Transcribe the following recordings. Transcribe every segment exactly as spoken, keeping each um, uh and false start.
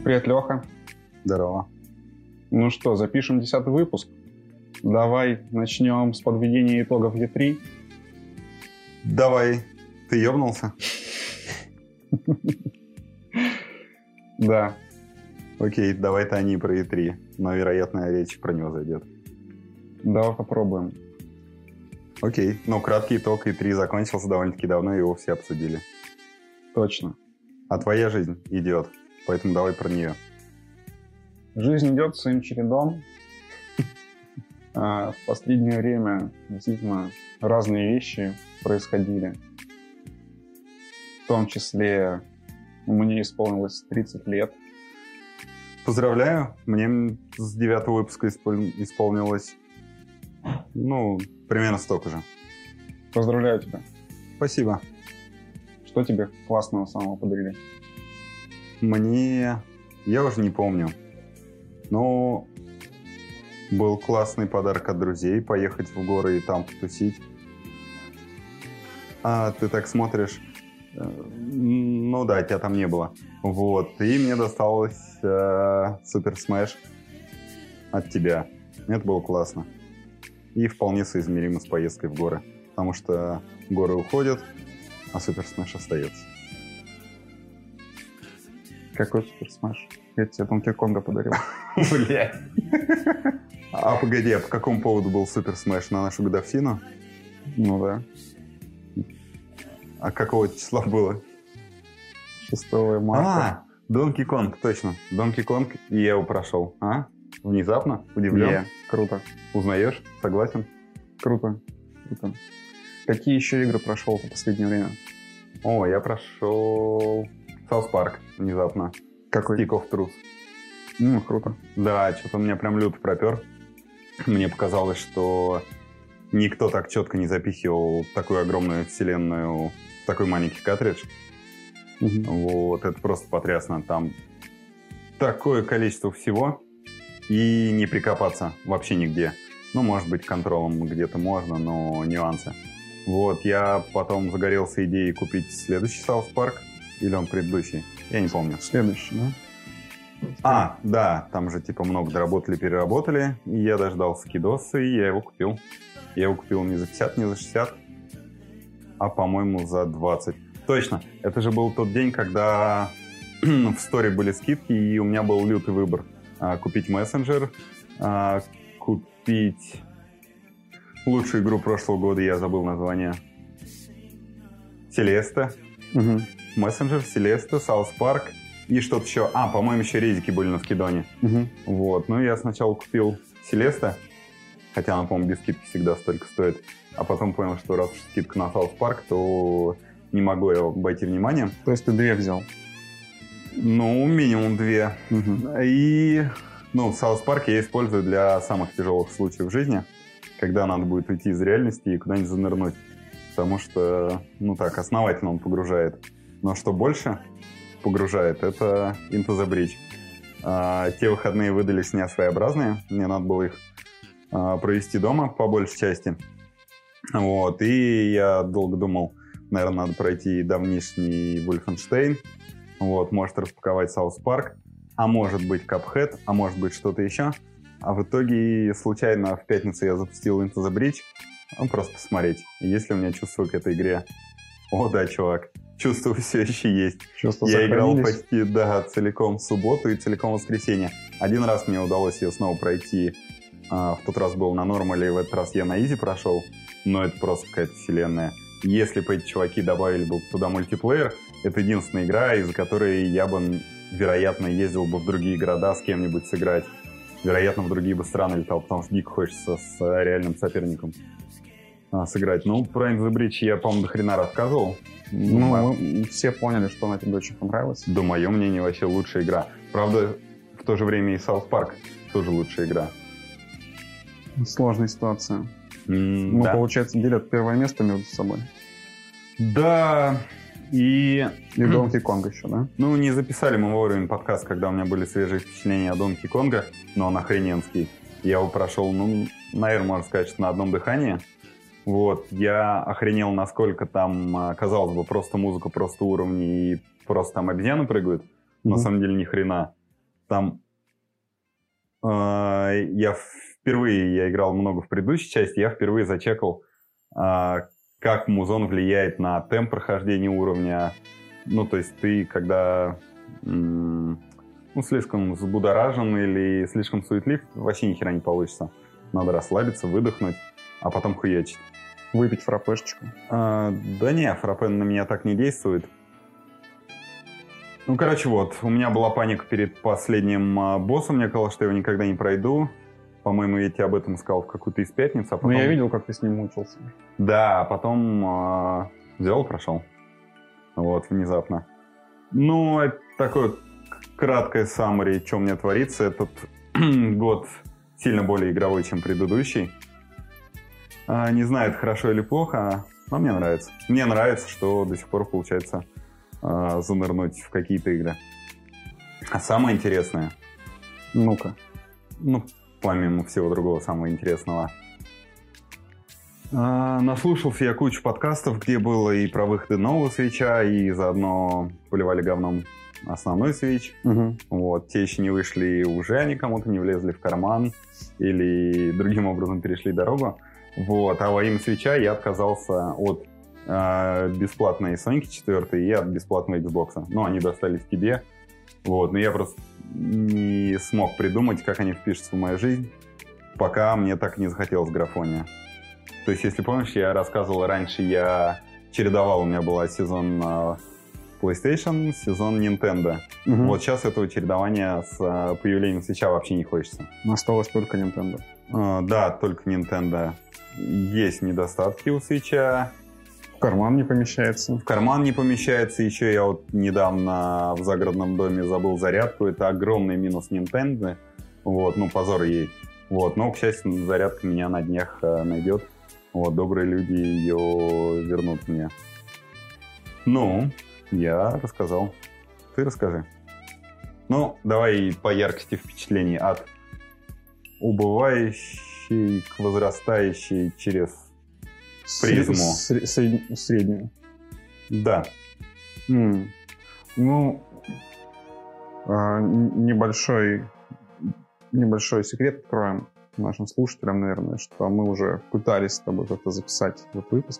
Привет, Леха. Здорово. Ну что, запишем десятый выпуск? Давай начнем с подведения итогов и три. Давай. Ты ёбнулся? Да. Окей, давай-то они про и три, но, вероятно, речь про него зайдет. Давай попробуем. Окей, ну, краткий итог и три закончился довольно-таки давно, его все обсудили. Точно. А твоя жизнь идет, поэтому давай про нее. Жизнь идет своим чередом. В последнее время действительно разные вещи происходили. В том числе мне исполнилось тридцать лет. Поздравляю, мне с девятого выпуска исполнилось, ну, примерно столько же. Поздравляю тебя. Спасибо. Что тебе классного самого подарили? Мне... Я уже не помню. Но был классный подарок от друзей, поехать в горы и там потусить. А ты так смотришь... Ну да, тебя там не было. Вот. И мне досталось э, Super Smash от тебя. Это было классно. И вполне соизмеримо с поездкой в горы. Потому что горы уходят, а Super Smash остается. Какой Super Smash? Я тебе Donkey Konga подарил. Блядь. А погоди, а по какому поводу был Super Smash? На нашу годовщину? Ну да. А какого числа было? шестого марта. А, Donkey Kong, точно. Donkey Kong, и я его прошел. А? Внезапно? Удивлен? Yeah. Круто. Узнаешь? Согласен? Круто. Круто. Какие еще игры прошел в последнее время? О, я прошел South Park внезапно. Какой? Stick of Truth. Ну, круто. Да, что-то меня прям люто пропер. Мне показалось, что никто так четко не запихивал такую огромную вселенную в такой маленький картридж. Угу. Вот, это просто потрясно. Там такое количество всего, и не прикопаться вообще нигде. Ну, может быть, контролом где-то можно, но нюансы. Вот, я потом загорелся идеей купить следующий South Park, или он предыдущий, я не помню. Следующий, да? А, да, там же типа много доработали, переработали, и я дождался кидоса, и я его купил. Я его купил не за пятьдесят, не за шестьдесят, а, по-моему, за двадцать. Точно, это же был тот день, когда в сторе были скидки, и у меня был лютый выбор. А, купить мессенджер, а, купить лучшую игру прошлого года, я забыл название. Селеста. Угу. Мессенджер, Селеста, South Park и что-то еще. А, по-моему, еще резики были на скидоне. Угу. Вот, ну я сначала купил Селеста, хотя она, по-моему, без скидки всегда столько стоит. А потом понял, что раз уж скидка на South Park, то не могу я обойти внимание. То есть ты две взял? Ну, минимум две. Угу. И, ну, South Park я использую для самых тяжелых случаев в жизни, когда надо будет уйти из реальности и куда-нибудь занырнуть. Потому что, ну так, основательно он погружает. Но что больше погружает, это Into the Breach. А, те выходные выдались не своеобразные. Мне надо было их а, провести дома, по большей части. Вот, и я долго думал, наверное, надо пройти давнишний Wolfenstein, вот, может распаковать South Park, а может быть Cuphead, а может быть что-то еще. А в итоге случайно в пятницу я запустил Into the Breach, ну, просто посмотреть, есть ли у меня чувство к этой игре. О, да, чувак, чувство все еще есть. Чувства я играл сохранились? почти, да, целиком в субботу и целиком в воскресенье. Один раз мне удалось ее снова пройти. А, в тот раз был на нормале, в этот раз я на изи прошел. Но это просто какая-то вселенная. Если бы эти чуваки добавили бы туда мультиплеер, это единственная игра, из-за которой я бы, вероятно, ездил бы в другие города с кем-нибудь сыграть. Вероятно, в другие бы страны летал, потому что дико хочется с реальным соперником а, сыграть. Ну, про Into the Breach я, по-моему, до хрена рассказывал. Ну, мы все поняли, что она тебе очень понравилась. Да, мое мнение, вообще лучшая игра. Правда, в то же время и South Park тоже лучшая игра. Сложная ситуация. Mm, ну, да. получается, делят первое место между собой. Да, и... И Donkey Kong еще, да? Ну, не записали мы вовремя подкаст, когда у меня были свежие впечатления о Donkey Kong, но он охрененский. Я его прошел, ну, наверное, можно сказать, что на одном дыхании. Вот, я охренел, насколько там, казалось бы, просто музыка, просто уровни и просто там обезьяны прыгают. Mm-hmm. На самом деле ни хрена. там э, я впервые, я играл много в предыдущей части, я впервые зачекал, э, как музон влияет на темп прохождения уровня. Ну, то есть ты, когда м- ну, слишком взбудоражен или слишком суетлив, вообще ни хера не получится. Надо расслабиться, выдохнуть, а потом хуячить. Выпить фраппешечку. А, да не, фраппе на меня так не действует. Ну, короче, вот, у меня была паника перед последним а, боссом, мне казалось, что я его никогда не пройду. По-моему, я тебе об этом сказал в какую-то из пятниц. А потом... Ну, я видел, как ты с ним мучился. Да, а потом а, взял и прошел. Вот, внезапно. Ну, это такое краткое summary, что у меня творится. Этот год сильно более игровой, чем предыдущий. А, не знаю, это хорошо или плохо, но мне нравится. Мне нравится, что до сих пор получается а, занырнуть в какие-то игры. А самое интересное... Ну-ка. Ну, помимо всего другого самого интересного. А, наслушался я кучу подкастов, где было и про выходы нового свитча, и заодно поливали говном основной свитч. Угу. Вот, те еще не вышли, уже они кому-то не влезли в карман или другим образом перешли дорогу. Вот, а во имя свитча я отказался от э, бесплатной Sonic четыре и от бесплатного Xbox. Ну, они достались тебе. Вот, но я просто не смог придумать, как они впишутся в мою жизнь, пока мне так не захотелось графония. То есть, если помнишь, я рассказывал раньше, я чередовал, у меня был сезон э, PlayStation, сезон Nintendo. Угу. Вот сейчас этого чередования с э, появлением свитча вообще не хочется. Осталось только Nintendo. Э, да, только Nintendo. Есть недостатки у свитча. В карман не помещается. В карман не помещается. Еще я вот недавно в загородном доме забыл зарядку. Это огромный минус Nintendo. Вот, ну, позор ей. Вот, но, к счастью, зарядка меня на днях э, найдет. Вот, добрые люди ее вернут мне. Ну, я рассказал. Ты расскажи. Ну, давай по яркости впечатлений от убывающей к возрастающей через призму. Сред- сред- среднюю. Да. М. Ну, а, небольшой, небольшой секрет откроем нашим слушателям, наверное, что мы уже пытались с тобой как-то записать этот выпуск.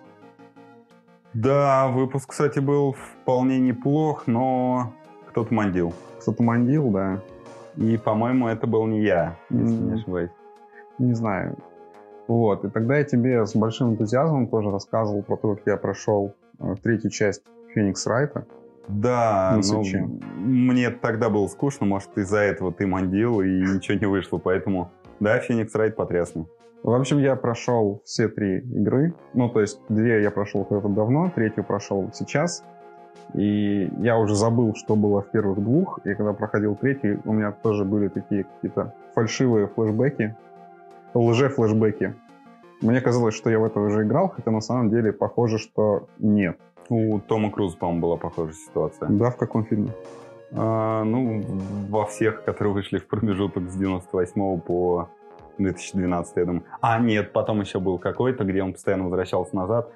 Да, выпуск, кстати, был вполне неплох, но кто-то мандил. Кто-то мандил, да. И, по-моему, это был не я, если Mm. не ошибаюсь. Не знаю. Вот, и тогда я тебе с большим энтузиазмом тоже рассказывал про то, как я прошел э, третью часть Феникс Райта. Да, На ну, свитче. мне тогда было скучно, может, из-за этого ты мандил, и ничего не вышло, поэтому, да, Феникс Райт потрясный. В общем, я прошел все три игры. Ну, то есть, две я прошел когда-то давно, третью прошел сейчас. И я уже забыл, что было в первых двух. И когда проходил третий, у меня тоже были такие какие-то фальшивые флешбеки, лже-флешбеки. Мне казалось, что я в это уже играл, хотя на самом деле похоже, что нет. У Тома Круза, по-моему, была похожая ситуация. Да, в каком фильме? А, ну, во всех, которые вышли в промежуток с девяносто восьмого по две тысячи двенадцатый, я думаю. А, нет, потом еще был какой-то, где он постоянно возвращался назад.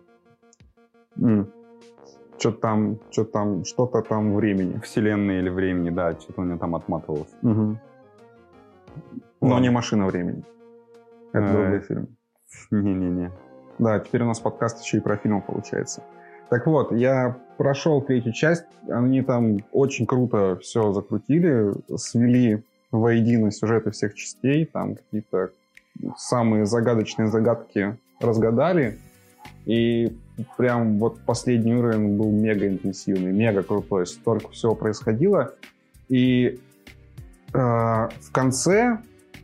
Mm. Что-то там, что-то там, что-то там времени. Вселенной или времени, да, что-то у него там отматывалось. Угу. Но не «Машина времени». Это Э, другой фильм. Не-не-не. Да, теперь у нас подкаст еще и про фильм получается. Так вот, я прошел третью часть. Они там очень круто все закрутили, свели воедино сюжеты всех частей. Там какие-то самые загадочные загадки разгадали. И прям вот последний уровень был мега интенсивный, мега крутой. Столько всего происходило. И э, в конце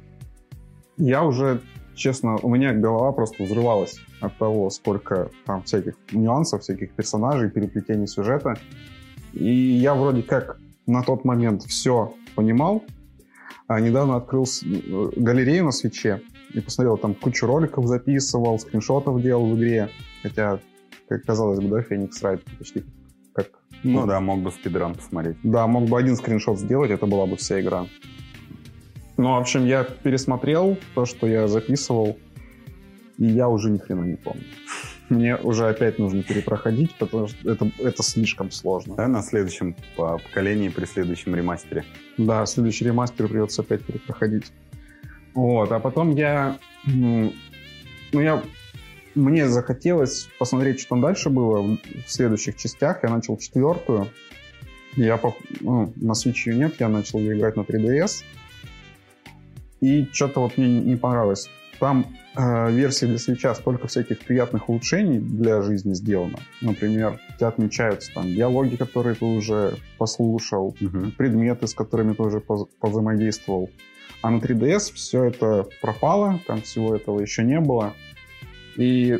я уже, честно, у меня голова просто взрывалась от того, сколько там всяких нюансов, всяких персонажей, переплетений сюжета. И я вроде как на тот момент все понимал. А недавно открыл галерею на свитче и посмотрел, там кучу роликов записывал, скриншотов делал в игре. Хотя, как казалось бы, да, Феникс Райт почти как... Ну да, мог бы спидран посмотреть. Да, мог бы один скриншот сделать, это была бы вся игра. Ну, в общем, я пересмотрел то, что я записывал, и я уже ни хрена не помню. мне уже опять нужно перепроходить, потому что это, это слишком сложно. Да, на следующем поколении, при следующем ремастере. Да, следующий ремастер придется опять перепроходить. Вот, а потом я... Ну, я... Мне захотелось посмотреть, что там дальше было в следующих частях. Я начал четвертую. Я по... ну, на Switch ее нет, я начал ее играть на три ди эс. И что-то вот мне не понравилось. Там э, версии для Switch столько всяких приятных улучшений для жизни сделано. Например, у тебя отмечаются там диалоги, которые ты уже послушал, угу. предметы, с которыми ты уже поз- взаимодействовал. А на три ди эс все это пропало, там всего этого еще не было. И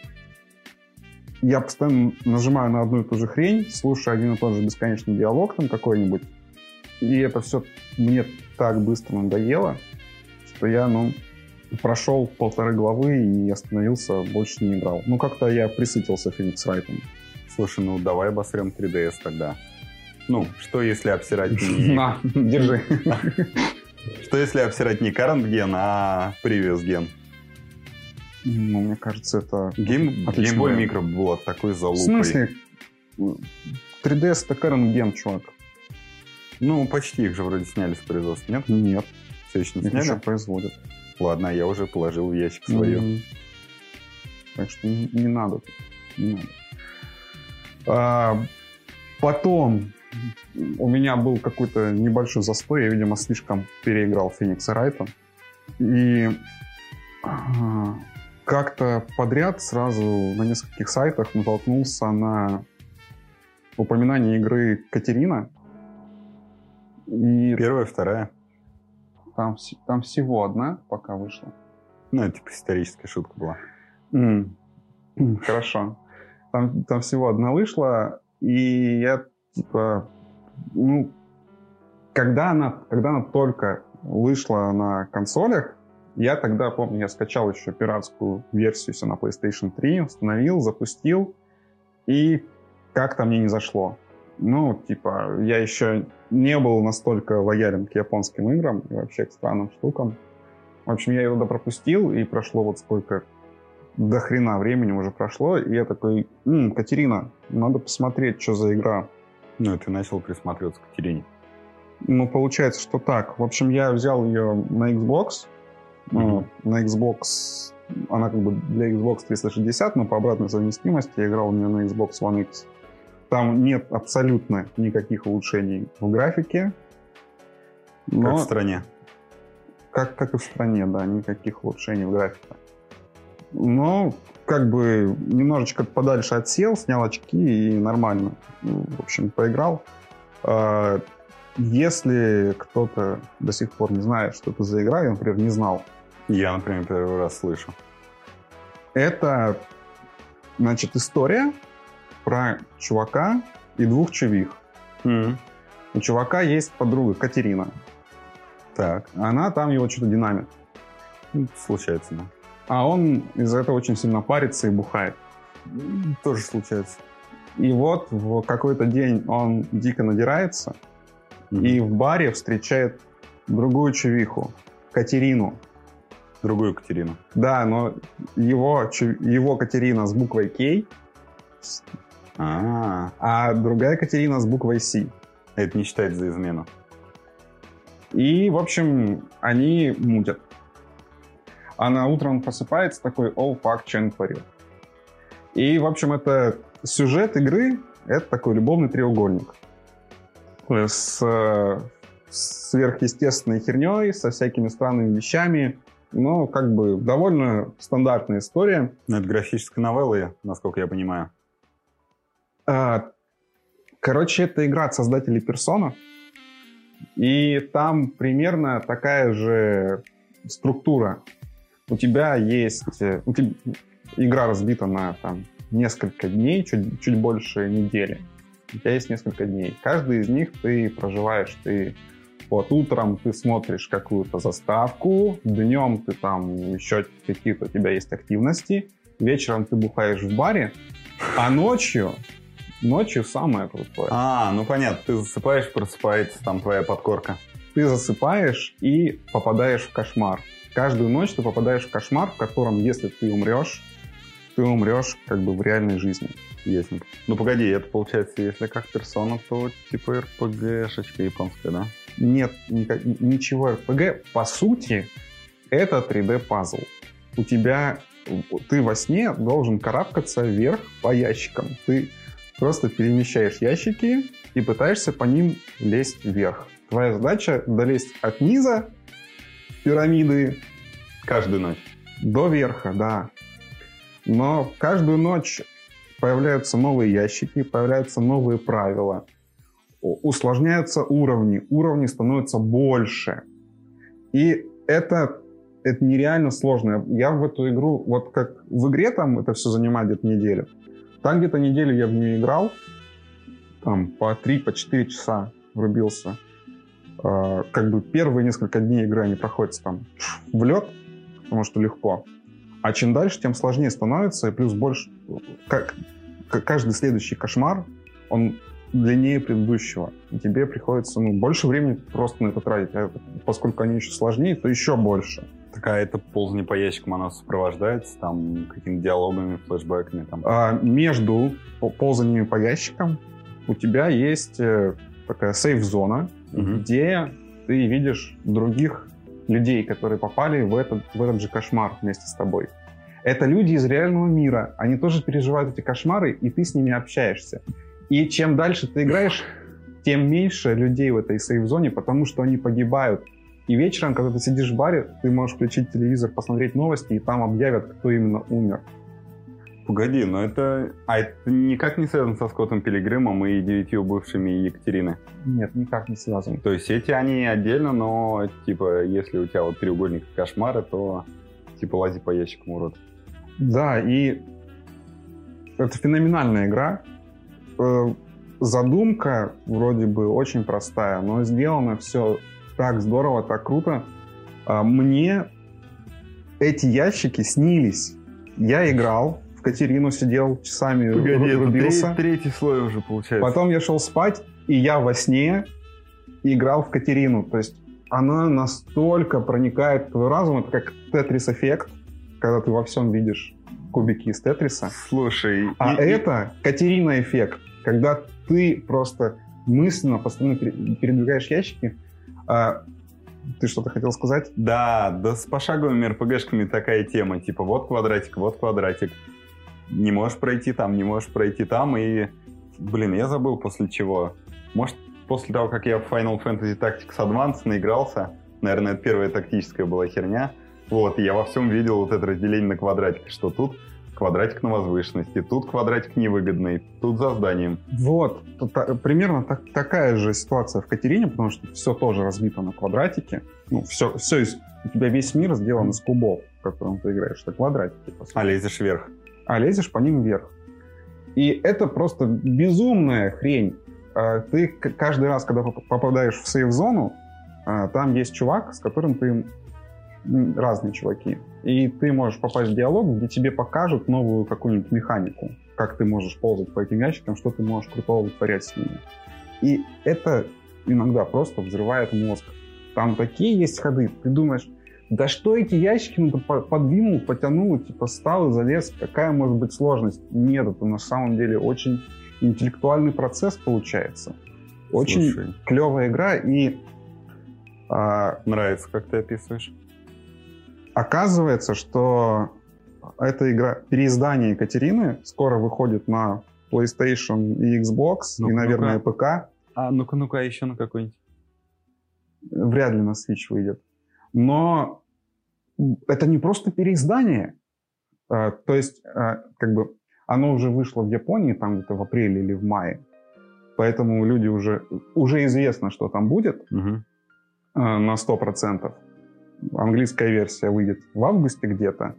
я постоянно нажимаю на одну и ту же хрень, слушаю один и тот же бесконечный диалог там какой-нибудь, и это все мне так быстро надоело, что я, ну, прошел полторы главы и остановился, больше не играл. Ну, как-то я присытился Phoenix Wright. Слушай, ну, давай обосрем три ди эс тогда. Ну, что если обсирать не... На, держи. Что если обсирать не current gen, а previous gen? Ну, мне кажется, это... Game Boy Micro была такой залупой. В смысле? три ди эс это current gen, чувак. Ну, почти их же вроде сняли с производства, нет? Нет. Все еще не Их сняли? еще производят. Ладно, я уже положил в ящик свою. Mm-hmm. Так что не, не надо. Не надо. А, потом у меня был какой-то небольшой застой. Я, видимо, слишком переиграл Феникса Райта. И а, как-то подряд сразу на нескольких сайтах натолкнулся на упоминание игры Катерина. И первая, вторая. Там, там всего одна пока вышла. Ну, это типа историческая шутка была. Mm. Хорошо. Там, там всего одна вышла, и я, типа, ну, когда она, когда она только вышла на консолях, я тогда, помню, я скачал еще пиратскую версию на PlayStation три, установил, запустил, и как-то мне не зашло. Ну, типа, я еще не был настолько лоялен к японским играм и вообще к странным штукам. В общем, я ее туда пропустил, и прошло вот сколько... До хрена времени уже прошло, и я такой, м-м, Катерина, надо посмотреть, что за игра. Ну, и ты начал присматриваться к Катерине. Ну, получается, что так. В общем, я взял ее на Xbox. Mm-hmm. На Xbox... Она как бы для Xbox триста шестьдесят, но по обратной совместимости я играл у нее на Xbox One X. Там нет абсолютно никаких улучшений в графике. Но... Как в стране. Как, как и в стране, да, никаких улучшений в графике. Но как бы немножечко подальше отсел, снял очки и нормально. В общем, поиграл. Если кто-то до сих пор не знает, что это за игра, я, например, не знал. Я, например, первый раз слышу. Это, значит, история про чувака и двух чувих. Mm-hmm. У чувака есть подруга Катерина. Так. Она там его что-то динамит. Случается, да. А он из-за этого очень сильно парится и бухает. Тоже случается. И вот в какой-то день он дико надирается mm-hmm. и в баре встречает другую чувиху, Катерину. Другую Катерину. Да, но его, его Катерина с буквой К, А-а-а. а другая Катерина с буквой С. Это не считается за измену. И, в общем, они мутят. А на утро он просыпается такой, о, фак, что я натворил. И, в общем, это сюжет игры, это такой любовный треугольник. С, с сверхъестественной херней, со всякими странными вещами. Ну, как бы, довольно стандартная история. Ну, это графическая новелла, насколько я понимаю. А, короче, это игра от создателей Persona. И там примерно такая же структура. У тебя есть... У тебя, игра разбита на там, несколько дней, чуть, чуть больше недели. У тебя есть несколько дней. Каждый из них ты проживаешь, ты... Вот утром ты смотришь какую-то заставку, днем ты там еще какие-то у тебя есть активности, вечером ты бухаешь в баре, а ночью, ночью самое крутое. А, ну понятно, ты засыпаешь, просыпается там твоя подкорка. Ты засыпаешь и попадаешь в кошмар. Каждую ночь ты попадаешь в кошмар, в котором, если ты умрешь, ты умрешь как бы в реальной жизни. Ясненько. Ну погоди, это получается, если как персона, то типа эр пи джи-шечка японская, да? Нет, никак, ничего эр пи джи. По сути, это три дэ-пазл. У тебя... Ты во сне должен карабкаться вверх по ящикам. Ты просто перемещаешь ящики и пытаешься по ним лезть вверх. Твоя задача — долезть от низа пирамиды каждую ночь до верха, да. Но каждую ночь появляются новые ящики, появляются новые правила, усложняются уровни, уровни становятся больше. И это, это нереально сложно. Я в эту игру, вот как в игре там это все занимает где-то неделю, там где-то неделю я в нее играл, там по три, по четыре часа врубился. Uh, как бы первые несколько дней игры они проходят там в лед, потому что легко. А чем дальше, тем сложнее становится, и плюс больше... Как, каждый следующий кошмар, он длиннее предыдущего. И тебе приходится ну, больше времени просто на это тратить. А поскольку они еще сложнее, то еще больше. Такая это ползание по ящикам, она сопровождается там какими-то диалогами, флешбэками? Там. Uh, между ползаниями по ящикам у тебя есть э, такая сейф-зона, Uh-huh. где ты видишь других людей, которые попали в этот, в этот же кошмар вместе с тобой. Это люди из реального мира. Они тоже переживают эти кошмары, и ты с ними общаешься. И чем дальше ты играешь, тем меньше людей в этой сейф-зоне, потому что они погибают. И вечером, когда ты сидишь в баре, ты можешь включить телевизор, посмотреть новости, и там объявят, кто именно умер. Погоди, но это... А это никак не связано со Скоттом Пилигримом и девятью бывшими Екатерины? Нет, никак не связано. То есть эти они отдельно, но типа если у тебя вот треугольник кошмара, то типа лази по ящикам, урод. Да, и это феноменальная игра. Задумка вроде бы очень простая, но сделано все так здорово, так круто. Мне эти ящики снились. Я играл, в Катерину сидел, часами Погоди, рубился. Это третий слой уже получается. Потом я шел спать, и я во сне играл в Катерину. То есть она настолько проникает в твой разум, это как Тетрис-эффект, когда ты во всем видишь кубики из Тетриса. Слушай... А и, это и... Катерина-эффект, когда ты просто мысленно постоянно передвигаешь ящики. А, ты что-то хотел сказать? Да, да с пошаговыми эр пи джи-шками такая тема. Типа вот квадратик, вот квадратик. Не можешь пройти там, не можешь пройти там. И, блин, я забыл после чего. Может, после того, как я в Final Fantasy Tactics Advance наигрался, наверное, это первая тактическая была херня. Вот, и я во всем видел вот это разделение на квадратик, что тут квадратик на возвышенности, тут квадратик невыгодный, тут за зданием. Вот, тут, примерно так, такая же ситуация в Катерине, потому что все тоже разбито на квадратике. Ну, все, все из, у тебя весь мир сделан из кубов, в котором ты играешь, это квадратики. А лезешь вверх. А лезешь по ним вверх. И это просто безумная хрень. Ты каждый раз, когда попадаешь в сейф-зону, там есть чувак, с которым ты... Разные чуваки. И ты можешь попасть в диалог, где тебе покажут новую какую-нибудь механику. Как ты можешь ползать по этим ящикам, что ты можешь крутого вытворять с ними. И это иногда просто взрывает мозг. Там такие есть ходы. Ты думаешь, да что эти ящики ну, подвинул, потянул, типа встал и залез. Какая может быть сложность? Нет, это на самом деле очень интеллектуальный процесс получается. Очень Слушай. клевая игра и... А, нравится, как ты описываешь. Оказывается, что эта игра, переиздание Екатерины скоро выходит на PlayStation и Xbox, ну, и, наверное, ну-ка. ПК. А ну-ка, ну-ка, еще на какой-нибудь? Вряд ли на Switch выйдет. Но это не просто переиздание. То есть, как бы, оно уже вышло в Японии, там где-то в апреле или в мае. Поэтому люди уже... Уже известно, что там будет угу. на сто процентов. Английская версия выйдет в августе где-то.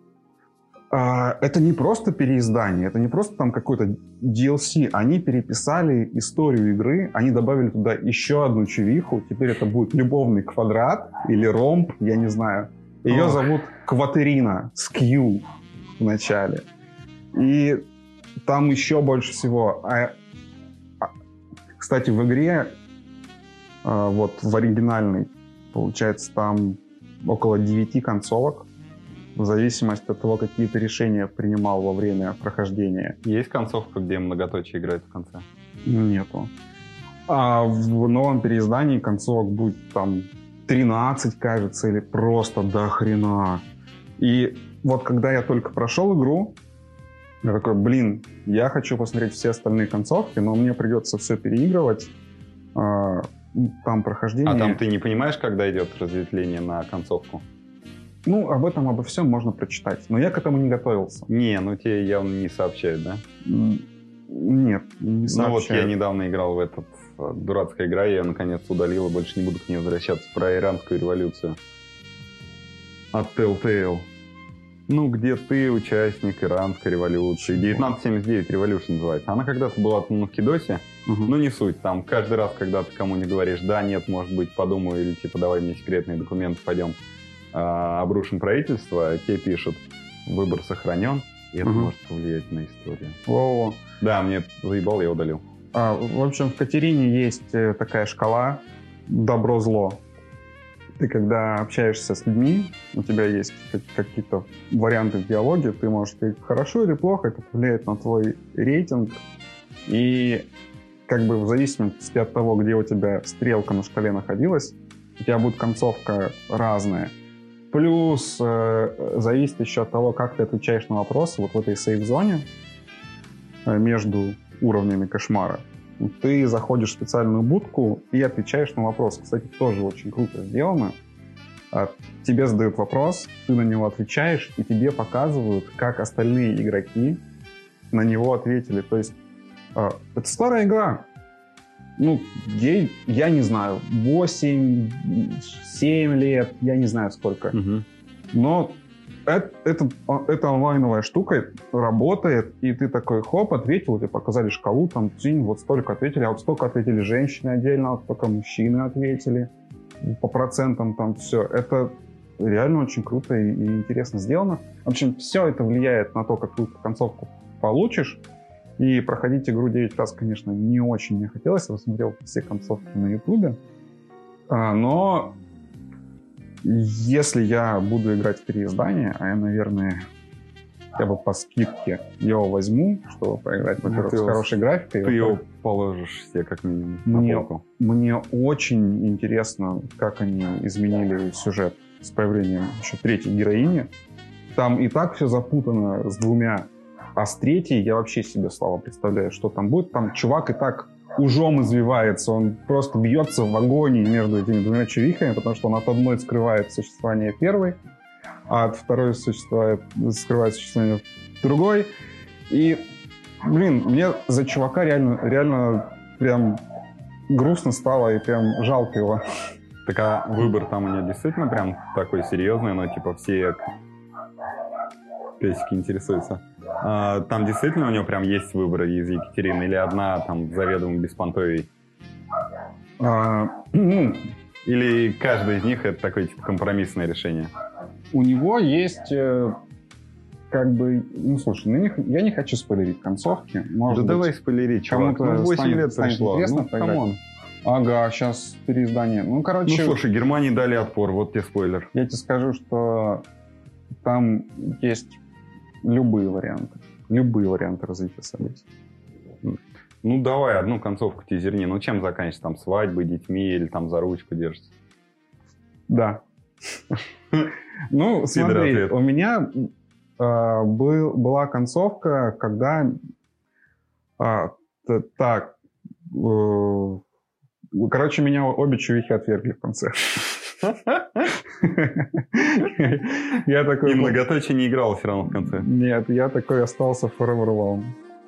Это не просто переиздание, это не просто там какой-то ди эл си. Они переписали историю игры, они добавили туда еще одну чувиху. Теперь это будет любовный квадрат или ромб, я не знаю. Ее Ох. зовут Кватерина с Q в начале. И там еще больше всего. Кстати, в игре, вот в оригинальной, получается, там около девяти концовок. в зависимости от того, какие ты решения принимал во время прохождения. Есть концовка, где многоточие играют в конце? Нету. А в новом переиздании концовок будет там тринадцать, кажется, или просто до хрена. И вот когда я только прошел игру, я такой, блин, я хочу посмотреть все остальные концовки, но мне придется все переигрывать. Там прохождение... А там ты не понимаешь, когда идет разветвление на концовку? Ну, об этом, обо всем можно прочитать. Но я к этому не готовился. Не, ну тебе явно не сообщают, да? Нет, не сообщают. Ну вот я недавно играл в этот дурацкая игра, я ее наконец удалил и больше не буду к ней возвращаться. Про иранскую революцию. От Telltale. Ну, где ты участник иранской революции. девятнадцать семьдесят девять Revolution называется. Она когда-то была на Кидосе, угу. но не суть. Там каждый раз, когда ты кому-нибудь говоришь, да, нет, может быть, подумаю, или типа, давай мне секретные документы, пойдем а, обрушим правительство, тебе пишут, выбор сохранен, и это угу. может повлиять на историю. О-о-о. Да, мне заебал, я удалил. А, в общем, в Катерине есть такая шкала добро-зло. Ты когда общаешься с людьми, у тебя есть какие-то варианты в диалоге, ты можешь сказать, хорошо или плохо, это влияет на твой рейтинг. И как бы в зависимости от того, где у тебя стрелка на шкале находилась, у тебя будет концовка разная. Плюс э, зависит еще от того, как ты отвечаешь на вопросы вот в этой сейф-зоне э, между уровнями кошмара. Ты заходишь в специальную будку и отвечаешь на вопрос. Кстати, тоже очень круто сделано. Тебе задают вопрос, ты на него отвечаешь, и тебе показывают, как остальные игроки на него ответили. То есть это старая игра. Ну, ей, я не знаю, восемь, семь лет, я не знаю сколько. Угу. Но это, это, это онлайновая штука работает, и ты такой, хоп, ответил, тебе показали шкалу, там, дзинь, вот столько ответили, а вот столько ответили женщины отдельно, вот столько мужчины ответили, по процентам там все. Это реально очень круто и, и интересно сделано. В общем, все это влияет на то, какую ты концовку получишь, и проходить игру девять раз, конечно, не очень мне хотелось, я посмотрел все концовки на Ютубе, но... Если я буду играть в переиздание, а я, наверное, хотя бы по скидке его возьму, чтобы поиграть, во-первых, с хорошей графикой. Ты его положишь себе как минимум на мне, полку. Мне очень интересно, как они изменили сюжет с появлением еще третьей героини. Там и так все запутано с двумя, а с третьей я вообще себе слабо представляю, что там будет. Там чувак и так... ужом извивается, он просто бьется в агонии между этими двумя чувихами, потому что он от одной скрывает существование первой, а от второй существует, скрывает существование другой. И, блин, мне за чувака реально, реально прям грустно стало и прям жалко его. Так а выбор там у него действительно прям такой серьезный, но типа все песики интересуются. А, там действительно у него прям есть выборы из Екатерины или одна там заведомо беспонтовей? А, ну, или каждый из них это такое типа компромиссное решение? У него есть э, как бы... Ну, слушай, на них, я не хочу спойлерить концовки. Может да быть, давай спойлерить, чувак. Кому-то ну, восемь станет, лет станет прошло. Интересно, ну, камон. Ага, сейчас переиздание. Ну, короче... Ну, слушай, Германии дали отпор, вот тебе спойлер. Я тебе скажу, что там есть любые варианты. Любые варианты развития событий. Ну, давай одну концовку тизерни. Ну, чем заканчивается? Там свадьбой, детьми или там за ручку держится? Да. Ну, смотри, у меня была концовка, когда... Так... Короче, меня обе чувихи отвергли в конце. Я такой... И многоточие не играл все равно в конце. Нет, я такой остался forever alone.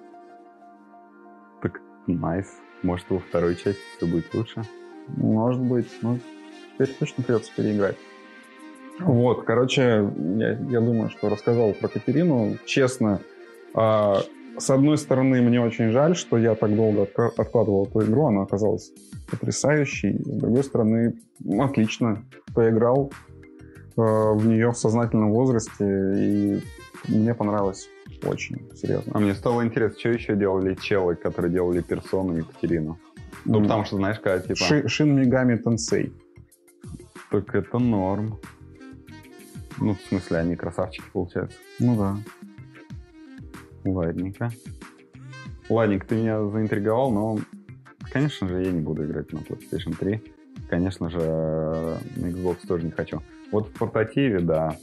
Так, найс. Может, во второй части все будет лучше? Может быть. Ну, теперь точно придется переиграть. Вот, короче, я, я думаю, что рассказал про Катерину. Честно, э, с одной стороны, мне очень жаль, что я так долго отк- откладывал эту игру. Она оказалась потрясающей. С другой стороны, отлично поиграл э, в нее в сознательном возрасте. И мне понравилось очень серьезно. А мне стало интересно, что еще делали челы, которые делали Персону и Катерину? Ну, mm. потому что, знаешь, когда типа... Ши- Shin Megami Tensei. Так это норм. Ну, в смысле, они красавчики, получается. Ну да. Ладненько. Ладненько, ты меня заинтриговал, но, конечно же, я не буду играть на PlayStation три. Конечно же, на Xbox тоже не хочу. Вот в портативе, да.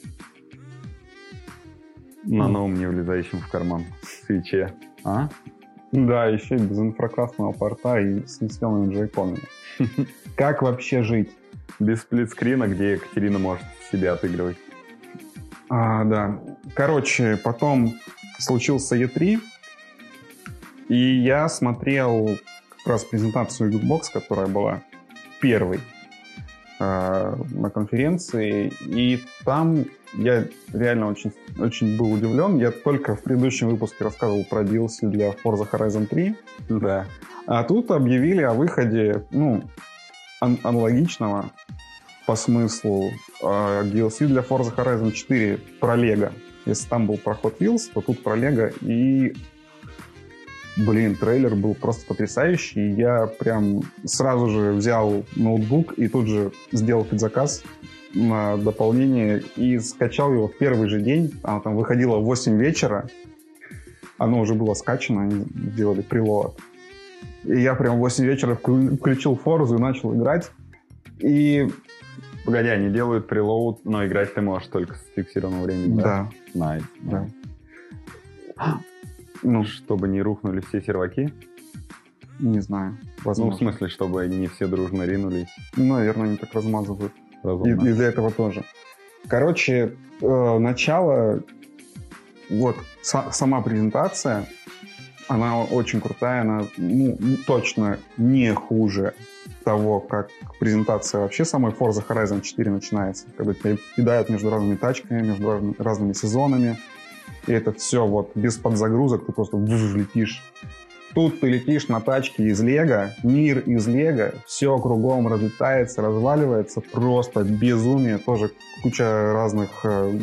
На mm. новом, не влезающем в карман свече. А? Да, еще и без инфракрасного порта и с несъемными джойконами. Как вообще жить? Без сплитскрина, где Екатерина может себя отыгрывать. А, да. Короче, потом случился и три, и я смотрел как раз презентацию Xbox, которая была первой э, на конференции, и там я реально очень, очень был удивлен. Я только в предыдущем выпуске рассказывал про ди эл си для Forza Horizon три. Да. А тут объявили о выходе, ну, ан- аналогичного по смыслу э, ди эл си для Forza Horizon четыре про Лего. Если там был про Hot Wheels, то тут про Лего. И, блин, трейлер был просто потрясающий. Я прям сразу же взял ноутбук и тут же сделал предзаказ на дополнение и скачал его в первый же день. Оно там выходило в восемь вечера. Оно уже было скачано, они сделали прилог. И я прям в восемь вечера включил Forza и начал играть. И... Погоди, они делают прелоуд, но играть ты можешь только с фиксированного времени, да? Да. Найс. Да. Ну, чтобы не рухнули все серваки? Не знаю. Возможно. Ну, в смысле, чтобы не все дружно ринулись? Наверное, они так размазывают. И, и для этого тоже. Короче, э, начало... Вот, с- сама презентация, она очень крутая, она ну, точно не хуже того, как презентация вообще самой Forza Horizon четыре начинается, когда тебя кидают между разными тачками, между разными, разными сезонами, и это все вот без подзагрузок, ты просто летишь. Тут ты летишь на тачке из Лего, мир из Лего, все кругом разлетается, разваливается, просто безумие, тоже куча разных э,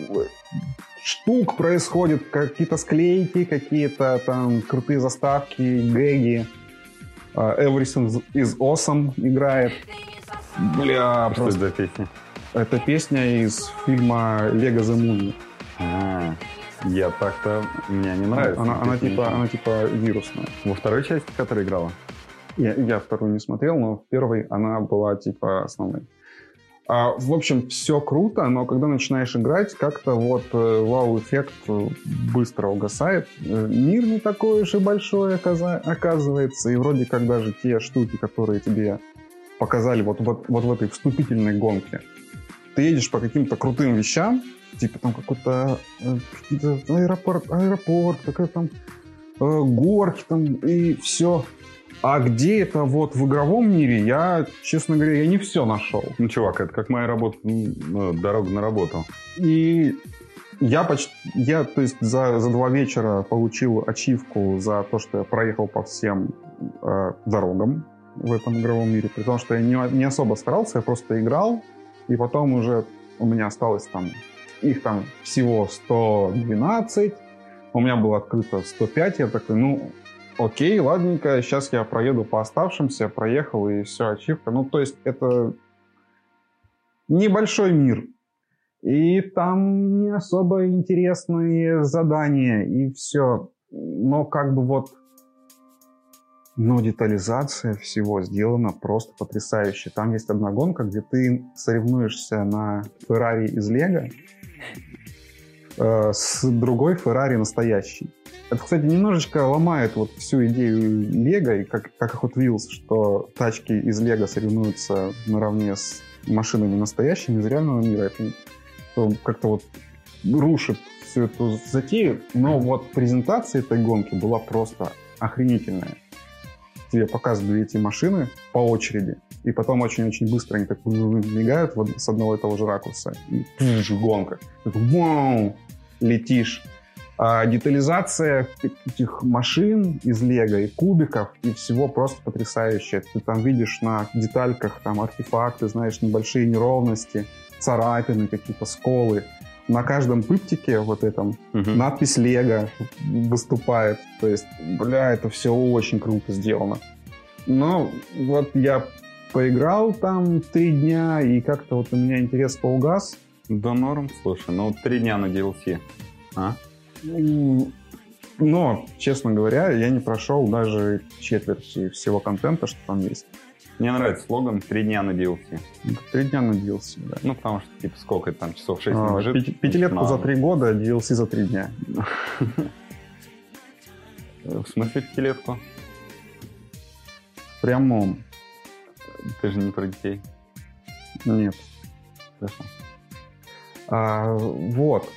штук происходит, какие-то склейки, какие-то там крутые заставки, гэги. Everything is Awesome играет. Бля, что просто... это за песня? Это песня из фильма Lego The Movie. А, я так-то... Мне не нравится. Она, она, типа, она типа вирусная. Во второй части, которая играла? Я, я вторую не смотрел, но в первой она была типа основной. А, в общем, все круто, но когда начинаешь играть, как-то вот э, вау-эффект быстро угасает. Э, мир не такой уж и большой оказа- оказывается, и вроде как даже те штуки, которые тебе показали вот, вот, вот в этой вступительной гонке, ты едешь по каким-то крутым вещам, типа там какой-то э, какой-то аэропорт, аэропорт, какая-то там э, горки там и все. А где это вот в игровом мире, я, честно говоря, я не все нашел. Ну, чувак, это как моя работа, ну, дорога на работу. И я почти, я, то есть, за, за два вечера получил ачивку за то, что я проехал по всем э, дорогам в этом игровом мире, при том, что я не, не особо старался, я просто играл, и потом уже у меня осталось там, их там всего сто двенадцать, у меня было открыто сто пять, я такой, ну... Окей, ладненько, сейчас я проеду по оставшимся, проехал, и все, ачивка. Ну, то есть, это небольшой мир. И там не особо интересные задания, и все. Но как бы вот... Но детализация всего сделана просто потрясающе. Там есть одна гонка, где ты соревнуешься на Феррари из Лего э, с другой Феррари настоящей. Это, кстати, немножечко ломает вот всю идею Лего, и как, как Hot Wheels, что тачки из Лего соревнуются наравне с машинами настоящими из реального мира. Это как-то вот рушит всю эту затею. Но вот презентация этой гонки была просто охренительная. Тебе показывают эти машины по очереди, и потом очень-очень быстро они так мигают вот с одного и того же ракурса. И пш, гонка. Ты такой, вау, летишь. А детализация этих машин из Лего и кубиков и всего просто потрясающая. Ты там видишь на детальках там артефакты, знаешь, небольшие неровности, царапины, какие-то сколы. На каждом пыптике вот этом uh-huh. надпись Лего выступает. То есть, бля, это все очень круто сделано. Но вот я поиграл там три дня, и как-то вот у меня интерес поугас. Да норм, слушай, ну три дня на ди эл си, а? Но, честно говоря, я не прошел даже четверти всего контента, что там есть. Мне нравится слоган «Три дня на ди эл си». Три дня на ди эл си, да. Ну, потому что, типа, сколько это там, часов шесть а, лежит? Пяти, пятилетку за три года, ди эл си за три дня. В смысле пятилетку? В прямом. Ты же не про детей. Нет. Хорошо. А, вот.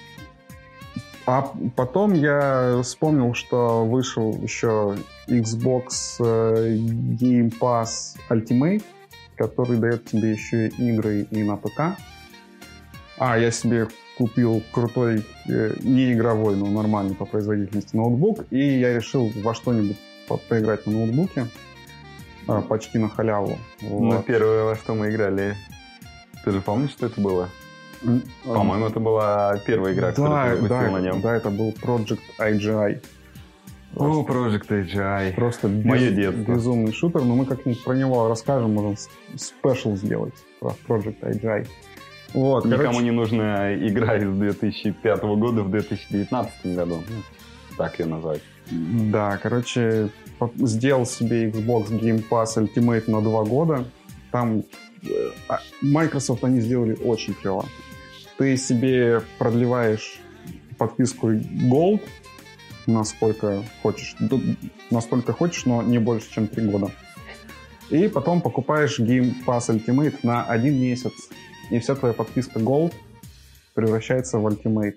А потом я вспомнил, что вышел еще Xbox Game Pass Ultimate, который дает тебе еще игры и на ПК. А, я себе купил крутой, э, не игровой, но нормальный по производительности ноутбук, и я решил во что-нибудь по- поиграть на ноутбуке, а, почти на халяву. Вот. Ну, первое, во что мы играли, ты же помнишь, что это было? М, По-моему, это была первая игра, которую да, ты запустил да, на нем. да, это был Project ай джи ай. О, Project эй джи ай. Просто Мое без- детство. безумный шутер, но мы как-нибудь про него расскажем, можем с- спешл сделать про Project ай джи ай. Вот, Никому короче, не нужна игра из две тысячи пятого года в две тысячи девятнадцатом году. Ну, так ее назвать. да, короче, по- сделал себе Xbox Game Pass Ultimate на два года. Там э, а, Microsoft они сделали очень клево. Ты себе продлеваешь подписку Gold насколько хочешь, д- настолько хочешь, но не больше, чем три года. И потом покупаешь Game Pass Ultimate на один месяц, и вся твоя подписка Gold превращается в Ultimate.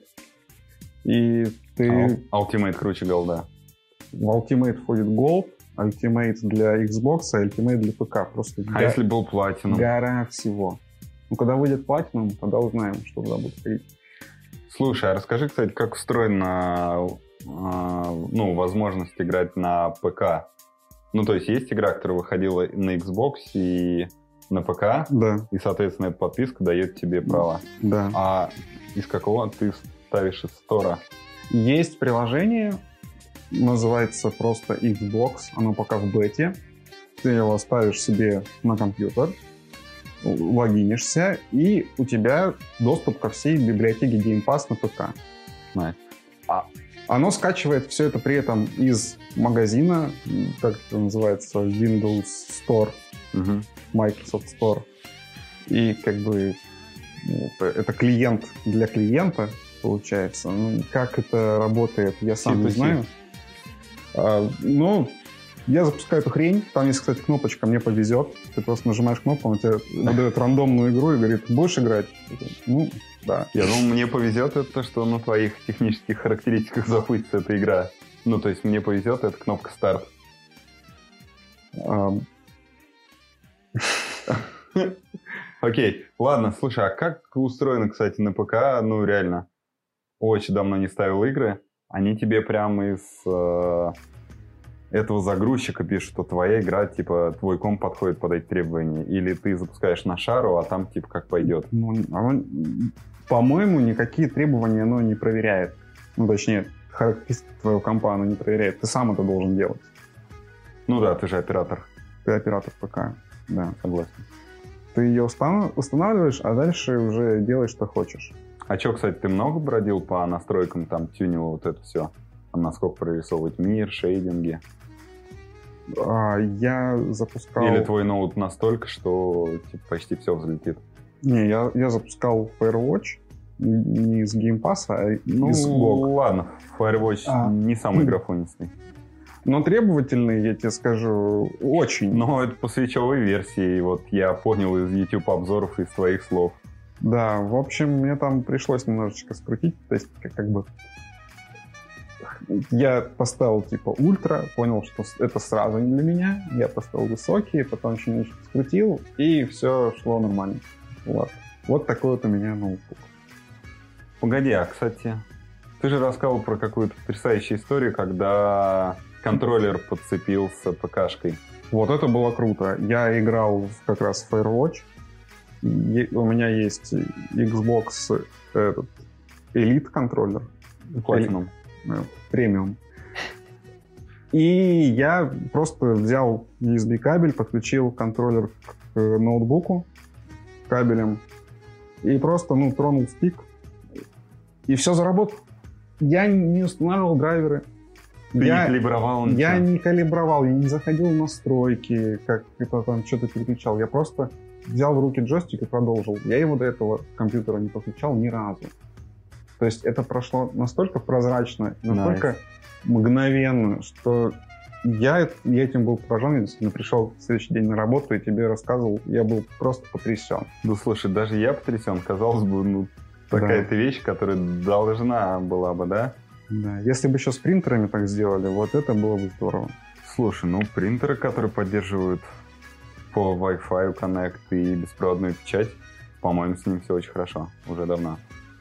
И ты Ал- Ultimate круче голда. в Ultimate входит Gold, Ultimate для Xbox, а Ultimate для ПК. Просто А га- если был Platinum? гора всего. Ну, когда выйдет Platinum, тогда узнаем, что туда будет ходить. Слушай, а расскажи, кстати, как устроена э, ну, возможность играть на ПК? Ну, то есть есть игра, которая выходила на Xbox и на ПК, Да, и, соответственно, эта подписка дает тебе права. да. А из какого ты ставишь из стора? Есть приложение, называется просто Xbox, оно пока в бете. Ты его ставишь себе на компьютер, логинишься, и у тебя доступ ко всей библиотеке Game Pass на ПК. Nice. А оно скачивает все это при этом из магазина, как это называется, Windows Store, Угу. Microsoft Store. И как бы ну, это, это клиент для клиента, получается. Ну, как это работает, я сам не си ту си. знаю. А, ну, я запускаю эту хрень. Там есть, кстати, кнопочка «Мне повезет». Ты просто нажимаешь кнопку, он тебе выдает рандомную игру и говорит: будешь играть? Ну, да. Я думаю, мне повезет это то, что на твоих технических характеристиках запустится эта игра. Ну, то есть мне повезет, это кнопка старт. А, Окей, ладно, слушай, а как устроено, кстати, на ПК? Ну, реально, очень давно не ставил игры. Они тебе прямо из э, этого загрузчика пишут, что твоя игра, типа, твой комп подходит под эти требования. Или ты запускаешь на шару, а там, типа, как пойдет. ну, оно, по-моему, никакие требования оно не проверяет. Ну, точнее, характеристики твоего компа оно не проверяет. Ты сам это должен делать. Ну да, ты же оператор, Ты оператор ПК, да. согласен. Ты ее установ- устанавливаешь, а дальше уже делай, что хочешь. А что, кстати, ты много бродил по настройкам, там, тюнил вот это все? Там, насколько прорисовывать мир, шейдинги? А, я запускал... Или твой ноут настолько, что типа, почти все взлетит? Не, я, я запускал Firewatch не из Game Pass, а Ну, из джи о джи. ладно, Firewatch А. не самый графонистый. Но требовательный, я тебе скажу, очень. Но это по свечевой версии, вот я понял из YouTube обзоров, из твоих слов. Да, в общем, мне там пришлось немножечко скрутить. То есть, как, как бы... Я поставил, типа, ультра, понял, что с- это сразу не для меня. Я поставил высокий, потом еще немножко скрутил, и все шло нормально. Вот. Вот такой вот у меня ноутбук. Погоди, а, кстати, ты же рассказывал про какую-то потрясающую историю, когда контроллер подцепился ПКшкой. Вот это было круто. Я играл в как раз в Firewatch. Е- у меня есть Xbox этот, Elite контроллер, Platinum. э, премиум. И я просто взял ю эс би кабель, подключил контроллер к э, ноутбуку кабелем и просто, ну, тронул стик, и все заработало. Я не устанавливал драйверы. Ты я, не калибровал ничего? Я не калибровал, я не заходил в настройки, как это там что-то переключал. Я просто взял в руки джойстик и продолжил. Я его до этого компьютера не подключал ни разу. То есть это прошло настолько прозрачно, настолько nice. мгновенно, что я, я этим был поражен. Я действительно пришел в следующий день на работу и тебе рассказывал. Я был просто потрясен. Ну, слушай, даже я потрясен. Казалось бы, ну, такая-то да. вещь, которая должна была бы, да? Да. Если бы еще с принтерами так сделали, вот это было бы здорово. Слушай, ну, принтеры, которые поддерживают по Wi-Fi Connect и беспроводную печать, по-моему, с ним все очень хорошо. Уже давно.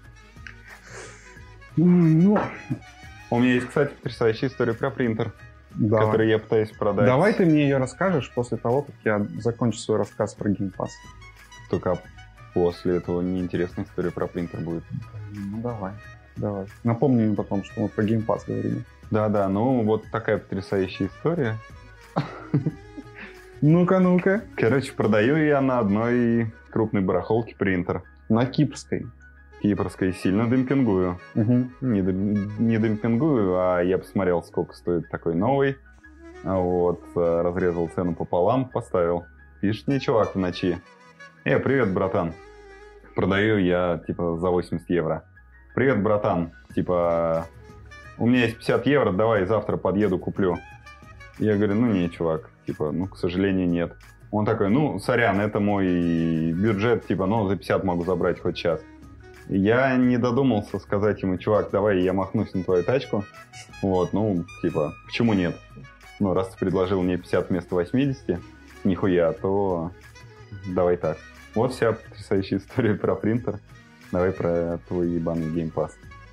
Ну, у меня есть, кстати, потрясающая история про принтер, давай. который я пытаюсь продать. Давай ты мне ее расскажешь после того, как я закончу свой рассказ про Game Pass. Только после этого неинтересная история про принтер будет. Ну, давай. Давай. Напомни мне потом, что мы про Game Pass говорили. Да-да, ну вот такая потрясающая история. Ну-ка, ну-ка. Короче, продаю я на одной крупной барахолке принтер. На кипрской. Кипрской сильно демпингую. Угу. Не, не демпингую, а я посмотрел, сколько стоит такой новый. Вот, разрезал цену пополам, поставил. Пишет мне чувак в ночи. Э, привет, братан. Продаю я, типа, за восемьдесят евро. Привет, братан. Типа, у меня есть пятьдесят евро, давай завтра подъеду, куплю. Я говорю, ну не, чувак. Типа, ну, к сожалению, нет. Он такой, ну, сорян, это мой бюджет, типа, ну, за пятьдесят могу забрать хоть час. Я не додумался сказать ему, чувак, давай я махнусь на твою тачку. Вот, ну, типа, почему нет? Ну, раз ты предложил мне пятьдесят вместо восьмидесяти, нихуя, то давай так. Вот вся потрясающая история про принтер. Давай про твой ебаный Game Pass.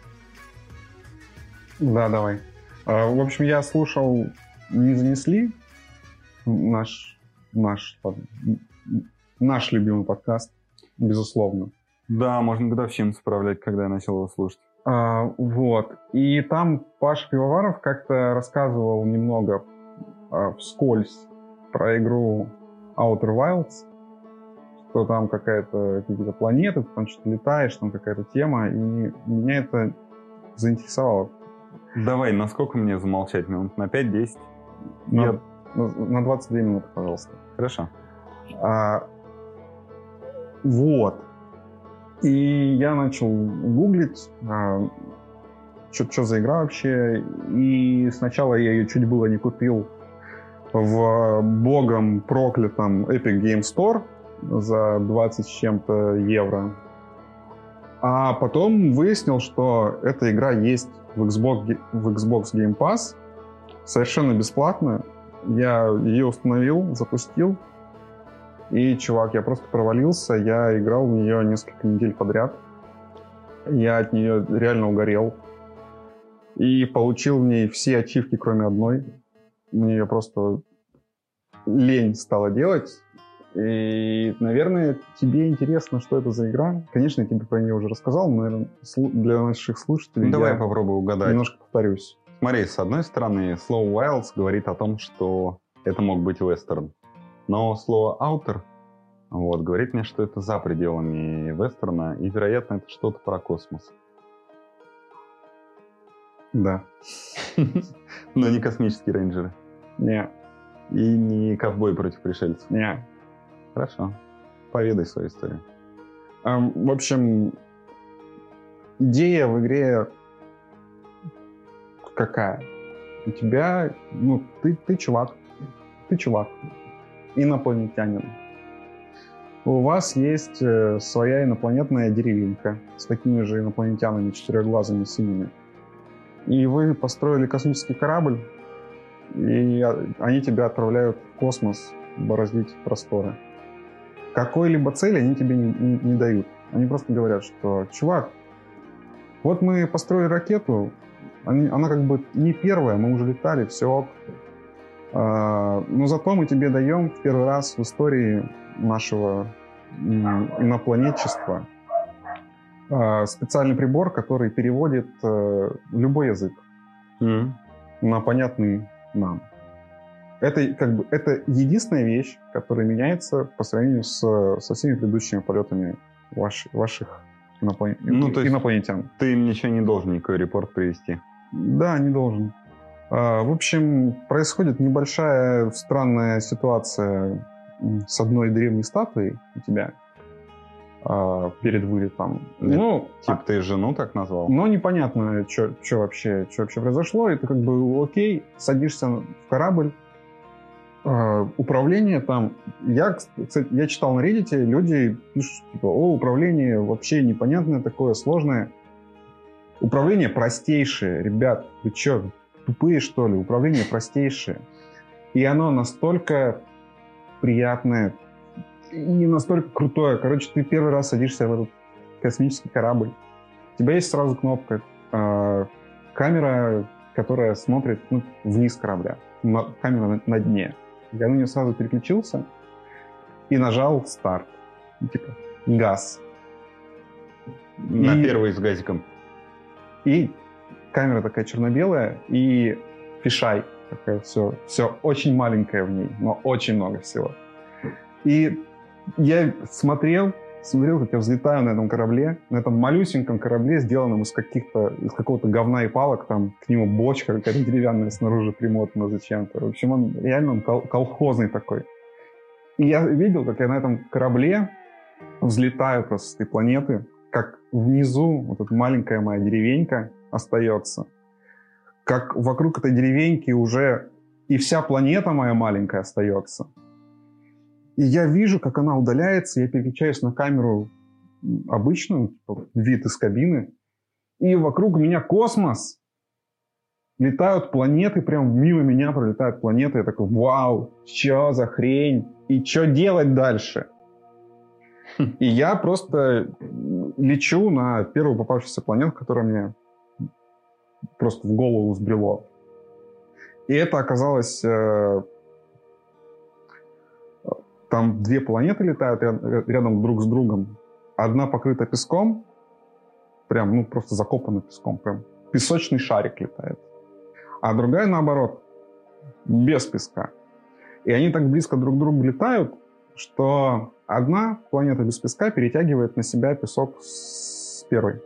Да, давай. А, в общем, я слушал «Не занесли» наш, наш, наш любимый подкаст, безусловно. Да, можно годовщину справлять, когда я начал его слушать. А, вот. И там Паша Пивоваров как-то рассказывал немного а, вскользь про игру Outer Wilds, что там какая-то, какие-то планеты, ты там что-то летаешь, там какая-то тема, и меня это заинтересовало. Давай, на сколько мне замолчать? Минут на пять-десять? На, Я... на, на двадцать две минуты, пожалуйста. Хорошо. А, вот. И я начал гуглить, а, что за игра вообще. И сначала я ее чуть было не купил в богом проклятом Epic Game Store за двадцать с чем-то евро. А потом выяснил, что эта игра есть в Xbox, в Xbox Game Pass совершенно бесплатно. Я ее установил, запустил. И, чувак, я просто провалился. Я играл в нее несколько недель подряд. Я от нее реально угорел. И получил в ней все ачивки, кроме одной. Мне ее просто лень стало делать. И, наверное, тебе интересно, что это за игра. Конечно, я тебе про нее уже рассказал, но, наверное, для наших слушателей ну, давай я я попробую угадать. Немножко повторюсь. Смотри, с одной стороны, слово Wilds говорит о том, что это мог быть вестерн. Но слово Outer вот, говорит мне, что это за пределами вестерна, и, вероятно, это что-то про космос. Да. Но не космические рейнджеры. Не. И не ковбой против пришельцев. Не. Хорошо. Поведай свою историю. Um, в общем, идея в игре какая? У тебя, ну, ты, ты чувак. Ты чувак. Инопланетянин. У вас есть э, своя инопланетная деревенька с такими же инопланетянами, четырехглазыми синими. И вы построили космический корабль, и они тебя отправляют в космос бороздить просторы. Какой-либо цели они тебе не, не, не дают. Они просто говорят, что, чувак, вот мы построили ракету, они, она как бы не первая, мы уже летали, все ок. А, но зато мы тебе даем в первый раз в истории нашего инопланетчества а, специальный прибор, который переводит а, любой язык mm. на понятный нам. Это, как бы, это единственная вещь, которая меняется по сравнению с, со всеми предыдущими полетами ваш, ваших иноплан... ну, то есть инопланетян. Ты им ничего не должен, никакой репорт привести? Да, не должен. А, в общем, происходит небольшая странная ситуация с одной древней статуей у тебя а, перед вылетом. Это, ну, типа а, ты жену так назвал? Но непонятно, что вообще, вообще произошло. Это как бы окей, садишься в корабль. Uh, управление там... Я, кстати, я читал на Reddit, люди пишут, типа, о, управление вообще непонятное такое, сложное. Управление простейшее. Ребят, вы что, тупые, что ли? Управление простейшее. И оно настолько приятное и настолько крутое. Короче, ты первый раз садишься в этот космический корабль. У тебя есть сразу кнопка. Uh, камера, которая смотрит ну, вниз корабля. Камера на, на дне. Я на нее сразу переключился и нажал старт. Типа газ. На и, первый с газиком. И камера такая черно-белая, и фишай. Такая все, все очень маленькое в ней, но очень много всего. И я смотрел, смотрел, как я взлетаю на этом корабле, на этом малюсеньком корабле, сделанном из каких-то, из какого-то говна и палок, там к нему бочка какая-то деревянная снаружи примотана зачем-то. В общем, он реально он кол- колхозный такой. И я видел, как я на этом корабле взлетаю просто с этой планеты, как внизу вот эта маленькая моя деревенька остается, как вокруг этой деревеньки уже и вся планета моя маленькая остается. И я вижу, как она удаляется, я переключаюсь на камеру обычную, типа, вид из кабины, и вокруг меня космос. Летают планеты, прям мимо меня пролетают планеты. Я такой, вау, что за хрень? И что делать дальше? И я просто лечу на первую попавшуюся планету, которая мне просто в голову взбрело. И это оказалось... Там две планеты летают рядом друг с другом. Одна покрыта песком, прям, ну, просто закопана песком, прям песочный шарик летает. А другая, наоборот, без песка. И они так близко друг к другу летают, что одна планета без песка перетягивает на себя песок с первой.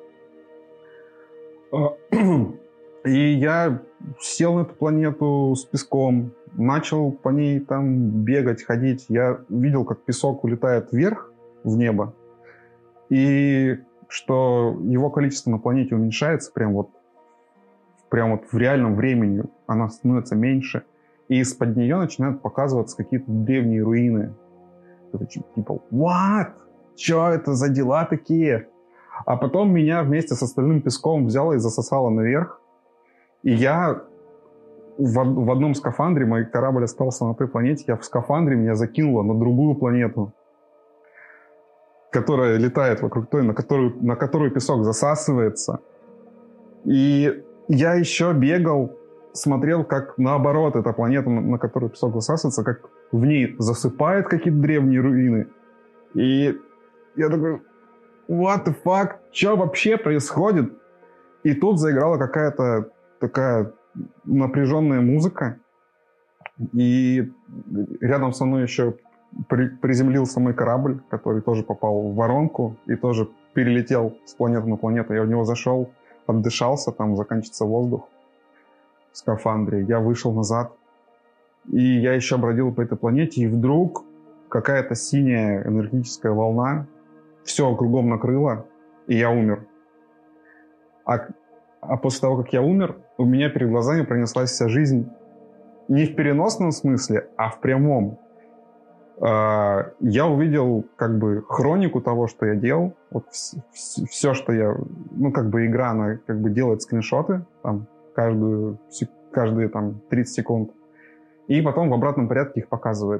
И я сел на эту планету с песком, начал по ней там бегать, ходить. Я видел, как песок улетает вверх, в небо, и что его количество на планете уменьшается прям вот, прям вот в реальном времени. Она становится меньше, и из-под нее начинают показываться какие-то древние руины. Это типа, what? Что это за дела такие? А потом меня вместе с остальным песком взяло и засосало наверх. И я в, в одном скафандре, мой корабль остался на той планете, я в скафандре, меня закинуло на другую планету, которая летает вокруг той, на которую, на которую песок засасывается. И я еще бегал, смотрел, как наоборот эта планета, на, на которую песок засасывается, как в ней засыпают какие-то древние руины. И я такой, what the fuck? Что вообще происходит? И тут заиграла какая-то такая напряженная музыка. И рядом со мной еще при, приземлился мой корабль, который тоже попал в воронку и тоже перелетел с планеты на планету. Я в него зашел, отдышался, там заканчивается воздух в скафандре. Я вышел назад. И я еще бродил по этой планете, и вдруг какая-то синяя энергетическая волна все кругом накрыла, и я умер. А, а после того, как я умер, у меня перед глазами пронеслась вся жизнь не в переносном смысле, а в прямом. А, я увидел как бы хронику того, что я делал. Вот вс- вс- все, что я... Ну, как бы игра, она как бы делает скриншоты там, каждую, каждые там, тридцать секунд. И потом в обратном порядке их показывает.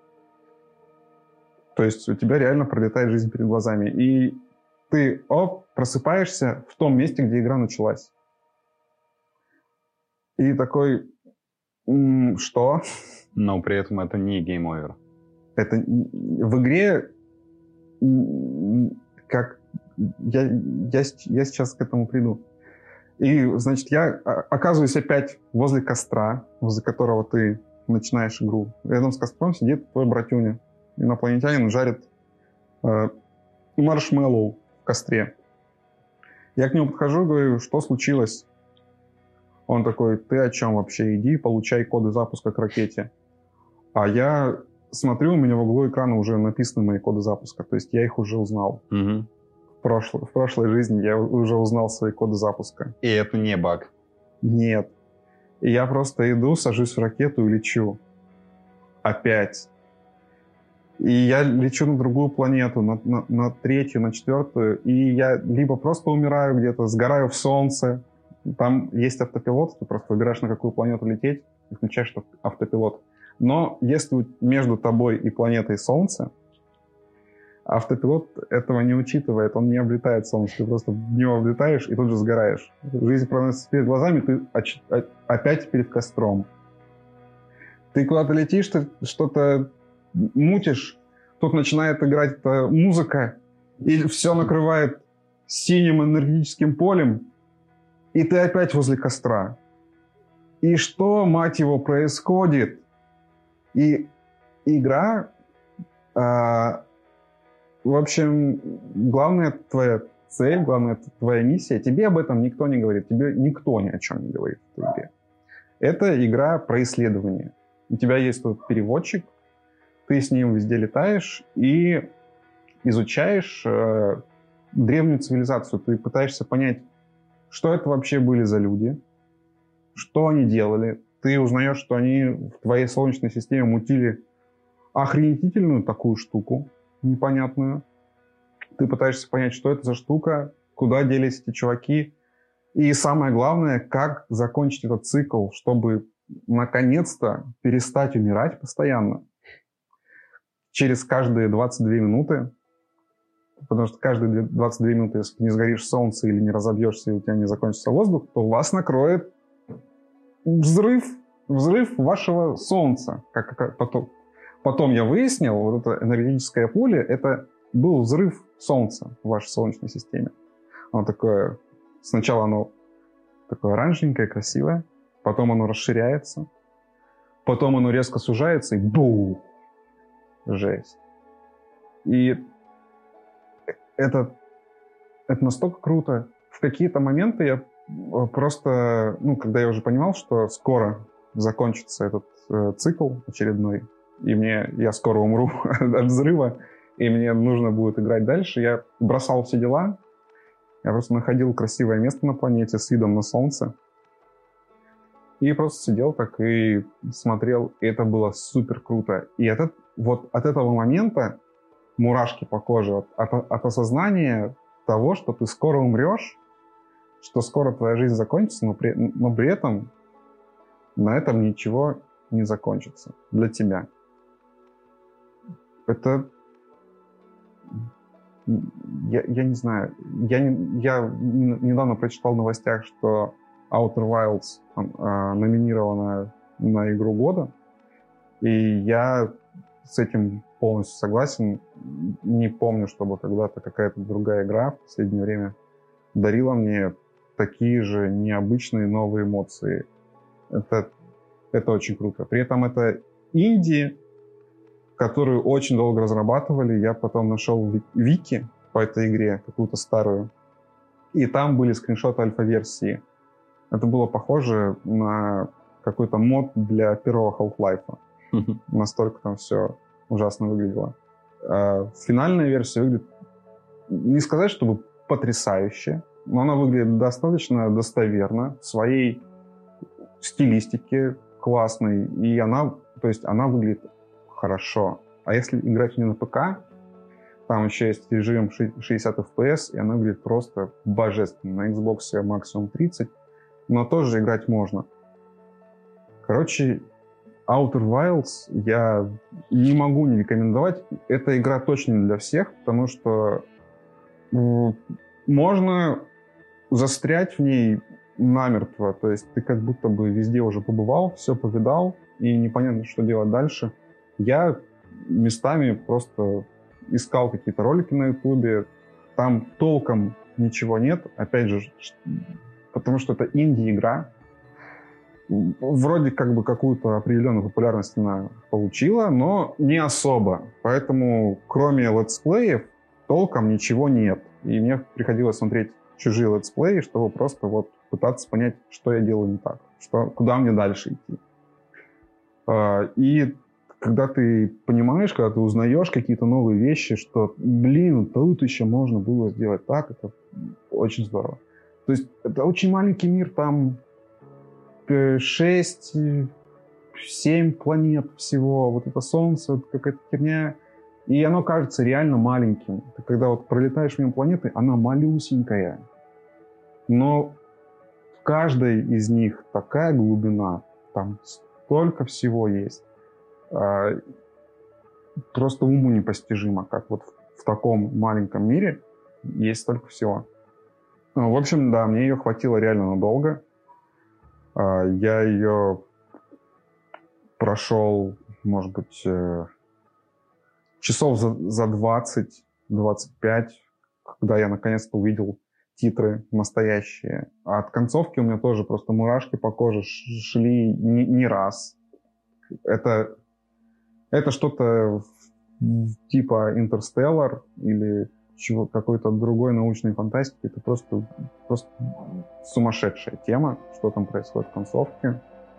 То есть у тебя реально пролетает жизнь перед глазами. И ты, оп, просыпаешься в том месте, где игра началась. И такой, м- что? Но при этом это не гейм-овер. Это в игре, как я, я, я сейчас к этому приду. И, значит, я оказываюсь опять возле костра, возле которого ты начинаешь игру. Рядом с костром сидит твой братюня. Инопланетянин жарит э, маршмеллоу в костре. Я к нему подхожу, говорю, что случилось? Он такой, ты о чем вообще? Иди, получай коды запуска к ракете. А я смотрю, у меня в углу экрана уже написаны мои коды запуска. То есть я их уже узнал. Угу. В, прошлой, в прошлой жизни я уже узнал свои коды запуска. И это не баг? Нет. И я просто иду, сажусь в ракету и лечу. Опять. И я лечу на другую планету, на, на, на третью, на четвертую. И я либо просто умираю где-то, сгораю в солнце. Там есть автопилот, ты просто выбираешь, на какую планету лететь, и включаешь автопилот. Но если между тобой и планетой Солнце, автопилот этого не учитывает, он не облетает Солнце, ты просто в него влетаешь и тут же сгораешь. Жизнь проносится перед глазами, ты опять перед костром. Ты куда-то летишь, ты что-то мутишь, тут начинает играть музыка, и все накрывает синим энергетическим полем, и ты опять возле костра. И что, мать его, происходит? И игра, э, в общем, главная твоя цель, главная твоя миссия, тебе об этом никто не говорит, тебе никто ни о чем не говорит в этой игре. Это игра про исследование. У тебя есть тут переводчик, ты с ним везде летаешь и изучаешь э, древнюю цивилизацию. Ты пытаешься понять, что это вообще были за люди, что они делали. Ты узнаешь, что они в твоей Солнечной системе мутили охренительную такую штуку, непонятную. Ты пытаешься понять, что это за штука, куда делись эти чуваки. И самое главное, как закончить этот цикл, чтобы наконец-то перестать умирать постоянно. Через каждые двадцать две минуты. Потому что каждые двадцать две минуты, если ты не сгоришь в солнце или не разобьешься, и у тебя не закончится воздух, то вас накроет взрыв, взрыв вашего солнца. Как, как потом, потом я выяснил, вот это энергетическое поле, это был взрыв солнца в вашей Солнечной системе. Оно такое, сначала оно такое оранжевенькое, красивое, потом оно расширяется, потом оно резко сужается и бу! Жесть. И это, это настолько круто. В какие-то моменты я просто, ну, когда я уже понимал, что скоро закончится этот э, цикл очередной, и мне, я скоро умру от взрыва, и мне нужно будет играть дальше, я бросал все дела, я просто находил красивое место на планете с видом на солнце, и просто сидел так и смотрел, и это было супер круто. И этот, вот от этого момента мурашки по коже, от, от, от осознания того, что ты скоро умрешь, что скоро твоя жизнь закончится, но при, но при этом на этом ничего не закончится для тебя. Это... Я, я не знаю. Я, не, я недавно прочитал в новостях, что Outer Wilds э, номинирована на игру года, и я с этим полностью согласен. Не помню, чтобы когда-то какая-то другая игра в последнее время дарила мне такие же необычные новые эмоции. Это, это очень круто. При этом это инди, которую очень долго разрабатывали. Я потом нашел вики по этой игре, какую-то старую. И там были скриншоты альфа-версии. Это было похоже на какой-то мод для первого Half-Life. Mm-hmm. Настолько там все ужасно выглядело. А финальная версия выглядит, не сказать, чтобы потрясающе, но она выглядит достаточно достоверно, в своей стилистике классной, и она, то есть она выглядит хорошо. А если играть не на ПК, там еще есть режим шестьдесят эф пи эс, и она выглядит просто божественно. На Xbox максимум тридцать, но тоже играть можно. Короче, Outer Wilds я не могу не рекомендовать. Эта игра точно не для всех, потому что можно застрять в ней намертво. То есть ты как будто бы везде уже побывал, все повидал, и непонятно, что делать дальше. Я местами просто искал какие-то ролики на Ютубе. Там толком ничего нет. Опять же, потому что это инди-игра. Вроде как бы какую-то определенную популярность она получила, но не особо. Поэтому кроме летсплеев толком ничего нет. И мне приходилось смотреть чужие летсплеи, чтобы просто вот пытаться понять, что я делаю не так, что, куда мне дальше идти. И когда ты понимаешь, когда ты узнаешь какие-то новые вещи, что, блин, тут еще можно было сделать так, это очень здорово. То есть это очень маленький мир, там шесть семь планет всего, вот это Солнце, вот какая-то херня, и оно кажется реально маленьким. Ты когда вот пролетаешь мимо планеты, она малюсенькая, но в каждой из них такая глубина, там столько всего есть. Просто уму непостижимо, как вот в таком маленьком мире есть столько всего. В общем, да, мне ее хватило реально надолго. Я ее прошел, может быть, часов за, за двадцать двадцать пять, когда я наконец-то увидел титры настоящие. А от концовки у меня тоже просто мурашки по коже шли не, не раз. Это, это что-то типа Интерстеллар или чего, какой-то другой научной фантастики. Это просто, просто сумасшедшая тема, что там происходит в концовке.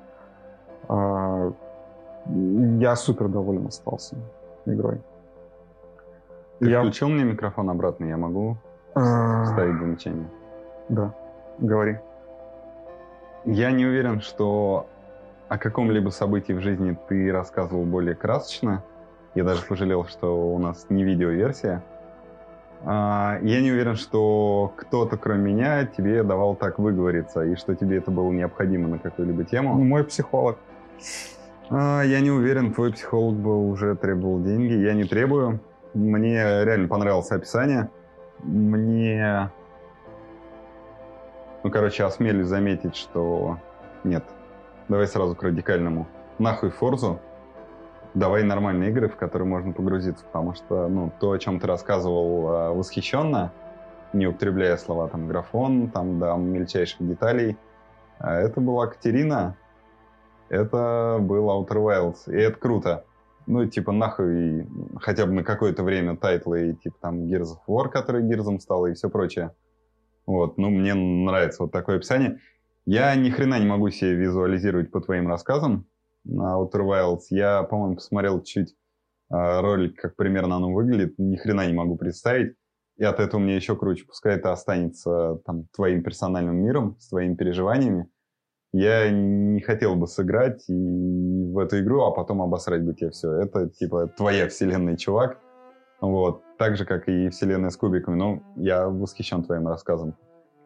Я супер доволен остался игрой. Ты я... включил мне микрофон обратно, я могу ставить замечание? Да, говори. Я не уверен, что о каком-либо событии в жизни ты рассказывал более красочно. Я даже пожалел, что у нас не видеоверсия. Я не уверен, что кто-то, кроме меня, тебе давал так выговориться, и что тебе это было необходимо на какую-либо тему. Ну, мой психолог. Я не уверен, твой психолог бы уже требовал деньги. Я не требую. Мне реально понравилось описание. Мне... Ну, короче, осмелюсь заметить, что... Нет. Давай сразу к радикальному. Нахуй Форзу. Давай нормальные игры, в которые можно погрузиться. Потому что, ну, то, о чем ты рассказывал восхищенно, не употребляя слова там графон, там до мельчайших деталей, это была Катерина. Это был Outer Wilds. И это круто. Ну, типа, нахуй хотя бы на какое-то время тайтлы, типа, там, Gears of War, который Gears'ом стал, и все прочее. Вот, ну, мне нравится вот такое описание. Я ни хрена не могу себе визуализировать по твоим рассказам на Outer Wilds. Я, по-моему, посмотрел чуть э, ролик, как примерно оно выглядит. Ни хрена не могу представить. И от этого мне еще круче. Пускай это останется там твоим персональным миром, с твоими переживаниями. Я не хотел бы сыграть и в эту игру, а потом обосрать бы тебе все. Это, типа, твоя вселенная, чувак. Вот. Так же, как и вселенная с кубиками. Но я восхищен твоим рассказом.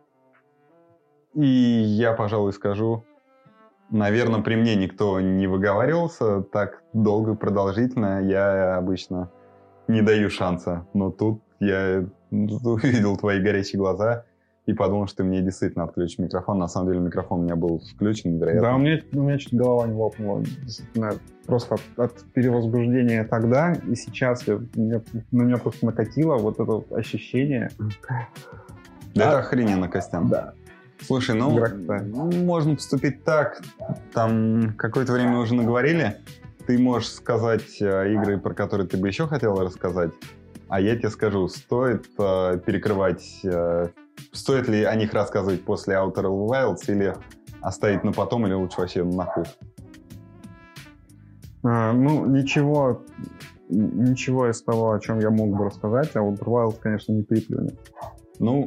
И я, пожалуй, скажу, наверное, при мне никто не выговаривался так долго и продолжительно. Я обычно не даю шанса. Но тут я увидел твои горячие глаза и подумал, что ты мне действительно отключишь микрофон. На самом деле микрофон у меня был включен, вероятно. Да, у меня, у меня чуть голова не лопнула. Действительно, просто от, от перевозбуждения тогда и сейчас я, меня, на меня просто накатило вот это ощущение. Да, это охрененно, Костян. Да. Слушай, ну, ну, можно поступить так. Там какое-то время мы уже наговорили. Ты можешь сказать э, игры, про которые ты бы еще хотел рассказать. А я тебе скажу, стоит э, перекрывать... Э, стоит ли о них рассказывать после Outer Wilds или оставить на потом, или лучше вообще нахуй? А, ну, ничего... Ничего из того, о чем я мог бы рассказать, а Outer Wilds, конечно, не переплюнет. Ну...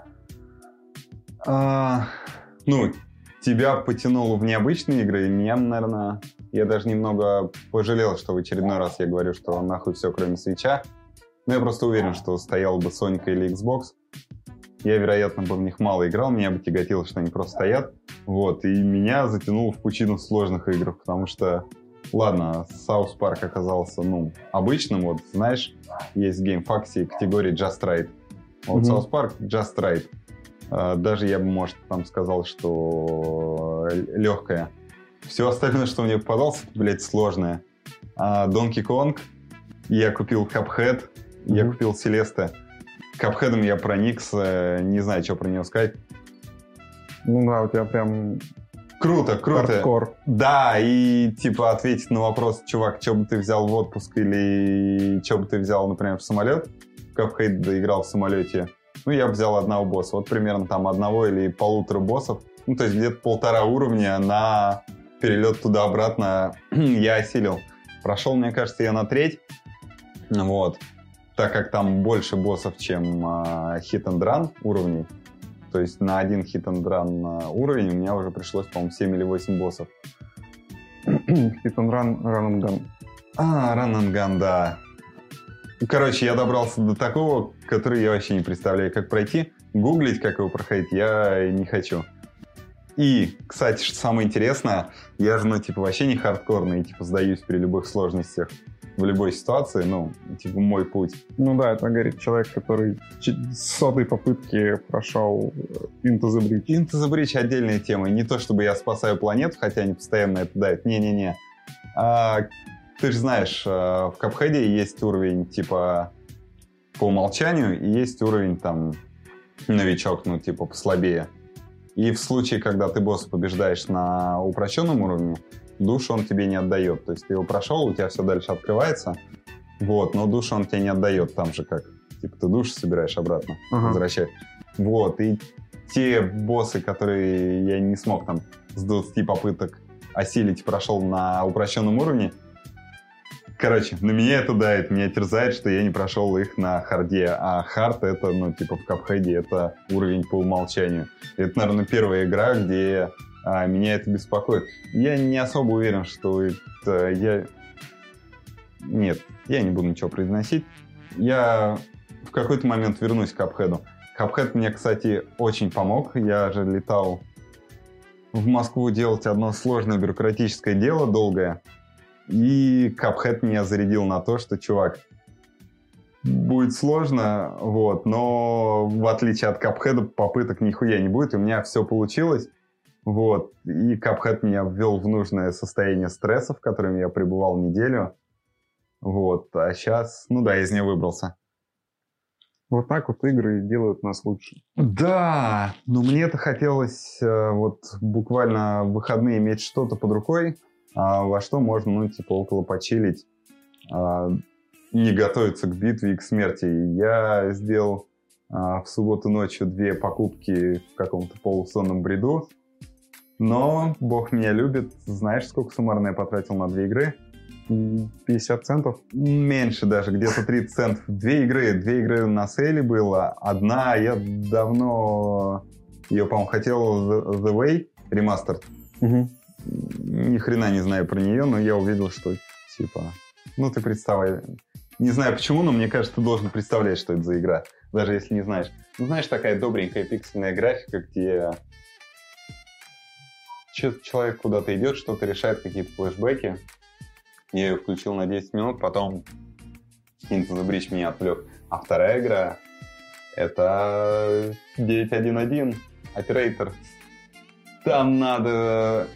А, ну, тебя потянуло в необычные игры, и меня, наверное, я даже немного пожалел, что в очередной раз я говорю, что нахуй все, кроме Свитча. Но я просто уверен, что стоял бы Sony или Xbox. Я, вероятно, бы в них мало играл, меня бы тяготило, что они просто стоят. Вот, и меня затянуло в пучину сложных игр, потому что, ладно, South Park оказался, ну, обычным, вот, знаешь, есть в GameFAQs категории Just Right. Вот mm-hmm. South Park Just Right. Даже я бы, может, там сказал, что легкая. Все остальное, что мне попадалось, это, блядь, сложное. А Donkey Kong, я купил Cuphead, mm-hmm. я купил Celeste. Cuphead'ом я проникся, не знаю, что про него сказать. Ну да, у тебя прям... Круто, круто. Хардкор. Да, и типа ответить на вопрос, чувак, что бы ты взял в отпуск или что бы ты взял, например, в самолет, в Cuphead доиграл в самолете, ну, я бы взял одного босса. Вот примерно там одного или полутора боссов. Ну, то есть где-то полтора уровня на перелет туда-обратно я осилил. Прошел, мне кажется, я на треть. Вот. Так как там больше боссов, чем uh, hit and run уровней. То есть на один hit and run uh, уровень у меня уже пришлось, по-моему, семь или восемь боссов. Hit and run, run and gun. А, run and gun, да. Короче, я добрался до такого, который я вообще не представляю, как пройти. Гуглить, как его проходить, я не хочу. И, кстати, что самое интересное, я же, ну, типа, вообще не хардкорный, типа, сдаюсь при любых сложностях в любой ситуации, ну, типа, мой путь. Ну да, это говорит человек, который с сотой попытки прошел Into the Breach. Into the Breach отдельная тема. Не то, чтобы я спасаю планету, хотя они постоянно это дают. Не-не-не. А, ты же знаешь, в Cuphead есть уровень, типа, по умолчанию, и есть уровень, там, новичок, ну, типа, послабее. И в случае, когда ты босса побеждаешь на упрощенном уровне, душу он тебе не отдает. То есть ты его прошел, у тебя все дальше открывается, вот, но душу он тебе не отдает там же как. Типа ты душу собираешь обратно, uh-huh. возвращаешь. Вот, и те боссы, которые я не смог там с двадцати попыток осилить, прошел на упрощенном уровне, короче, на меня это давит, меня терзает, что я не прошел их на харде, а хард это, ну, типа в Cuphead, это уровень по умолчанию. Это, наверное, первая игра, где а, меня это беспокоит. Я не особо уверен, что это я... Нет, я не буду ничего произносить. Я в какой-то момент вернусь к Cuphead. Cuphead мне, кстати, очень помог. Я же летал в Москву делать одно сложное бюрократическое дело, долгое. И Cuphead меня зарядил на то, что, чувак, будет сложно, вот, но в отличие от Cuphead попыток нихуя не будет, и у меня все получилось, вот, и Cuphead меня ввел в нужное состояние стресса, в котором я пребывал неделю, вот, а сейчас, ну да, из нее выбрался. Вот так вот игры делают нас лучше. Да, но мне-то хотелось вот буквально в выходные иметь что-то под рукой, А во что можно, ну, типа, около почилить, а, не готовиться к битве и к смерти. Я сделал а, в субботу ночью две покупки в каком-то полусонном бреду, но Бог меня любит. Знаешь, сколько суммарно я потратил на две игры? пятьдесят центов? Меньше даже, где-то тридцать центов. Две игры, две игры на сейле было. Одна, я давно ее, по-моему, хотел, The, The Way Remastered. Угу. Ни хрена не знаю про нее, но я увидел, что, типа, ну, ты представляешь. Не знаю почему, но мне кажется, ты должен представлять, что это за игра, даже если не знаешь. Ну, знаешь, такая добренькая пиксельная графика, где человек куда-то идет, что-то решает, какие-то флешбеки. Я ее включил на десять минут, потом Into the Breach меня отвлек. А вторая игра — это девять один один, Operator. Там надо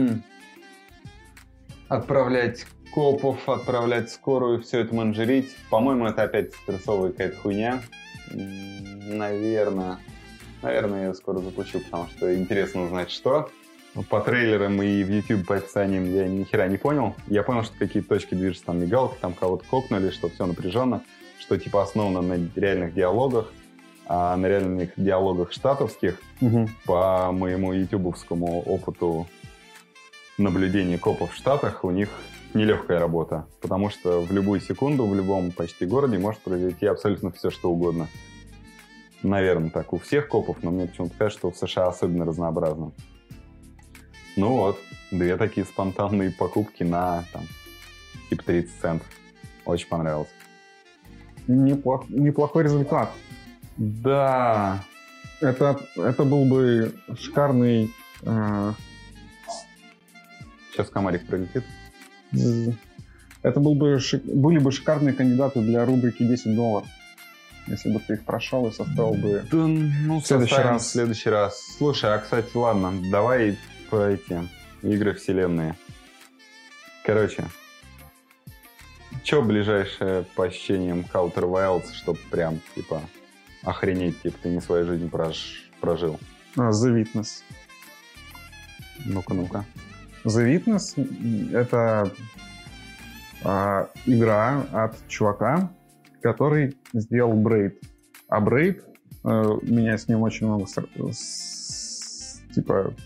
отправлять копов, отправлять скорую, все это менеджерить. По-моему, это опять стрессовая какая-то хуйня. Наверное. Наверное, я ее скоро запущу, потому что интересно узнать, что. По трейлерам и в YouTube по описаниям я ни хера не понял. Я понял, что какие-то точки движутся, там мигалки, там кого-то кокнули, что все напряженно, что типа основано на реальных диалогах, а на реальных диалогах штатовских. Угу. По моему ютубовскому опыту наблюдения копов в Штатах, у них нелегкая работа, потому что в любую секунду в любом почти городе может произойти абсолютно все, что угодно. Наверное, так у всех копов, но мне почему-то кажется, что в США особенно разнообразно. Ну вот, две такие спонтанные покупки на, там, типа тридцать центов. Очень понравилось. Неплох, неплохой результат. Да. Это, это был бы шикарный... Э... Сейчас комарик пролетит. Это был бы, были бы шикарные кандидаты для рубрики десять долларов. Если бы ты их прошел и составил бы... Да, ну, в следующий раз. В следующий раз. Слушай, а, кстати, ладно, давай про эти игры вселенные. Короче, что ближайшее по ощущениям Outer Wilds, чтобы прям, типа, охренеть, типа, ты не свою жизнь прож... прожил? А, The Witness. Ну-ка, ну-ка. The Witness — это а, игра от чувака, который сделал Braid. А Braid, э, меня с ним очень много с, с, типа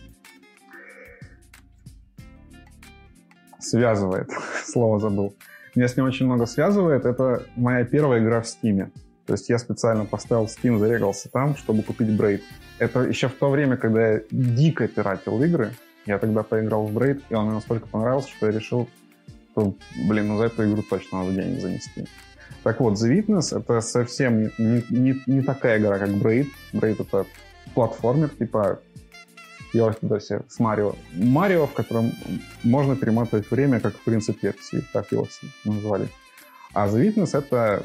связывает. Слово забыл. Меня с ним очень много связывает. Это моя первая игра в Steam. То есть я специально поставил Steam, зарегался там, чтобы купить Braid. Это еще в то время, когда я дико пиратил игры. Я тогда поиграл в Braid, и он мне настолько понравился, что я решил, что, блин, ну за эту игру точно надо денег занести. Так вот, The Witness — это совсем не, не, не, не такая игра, как Braid. Braid — это платформер, типа Йоси с Марио. Марио, в котором можно перематывать время, как в «Принце Персии», так его все назвали. А The Witness — это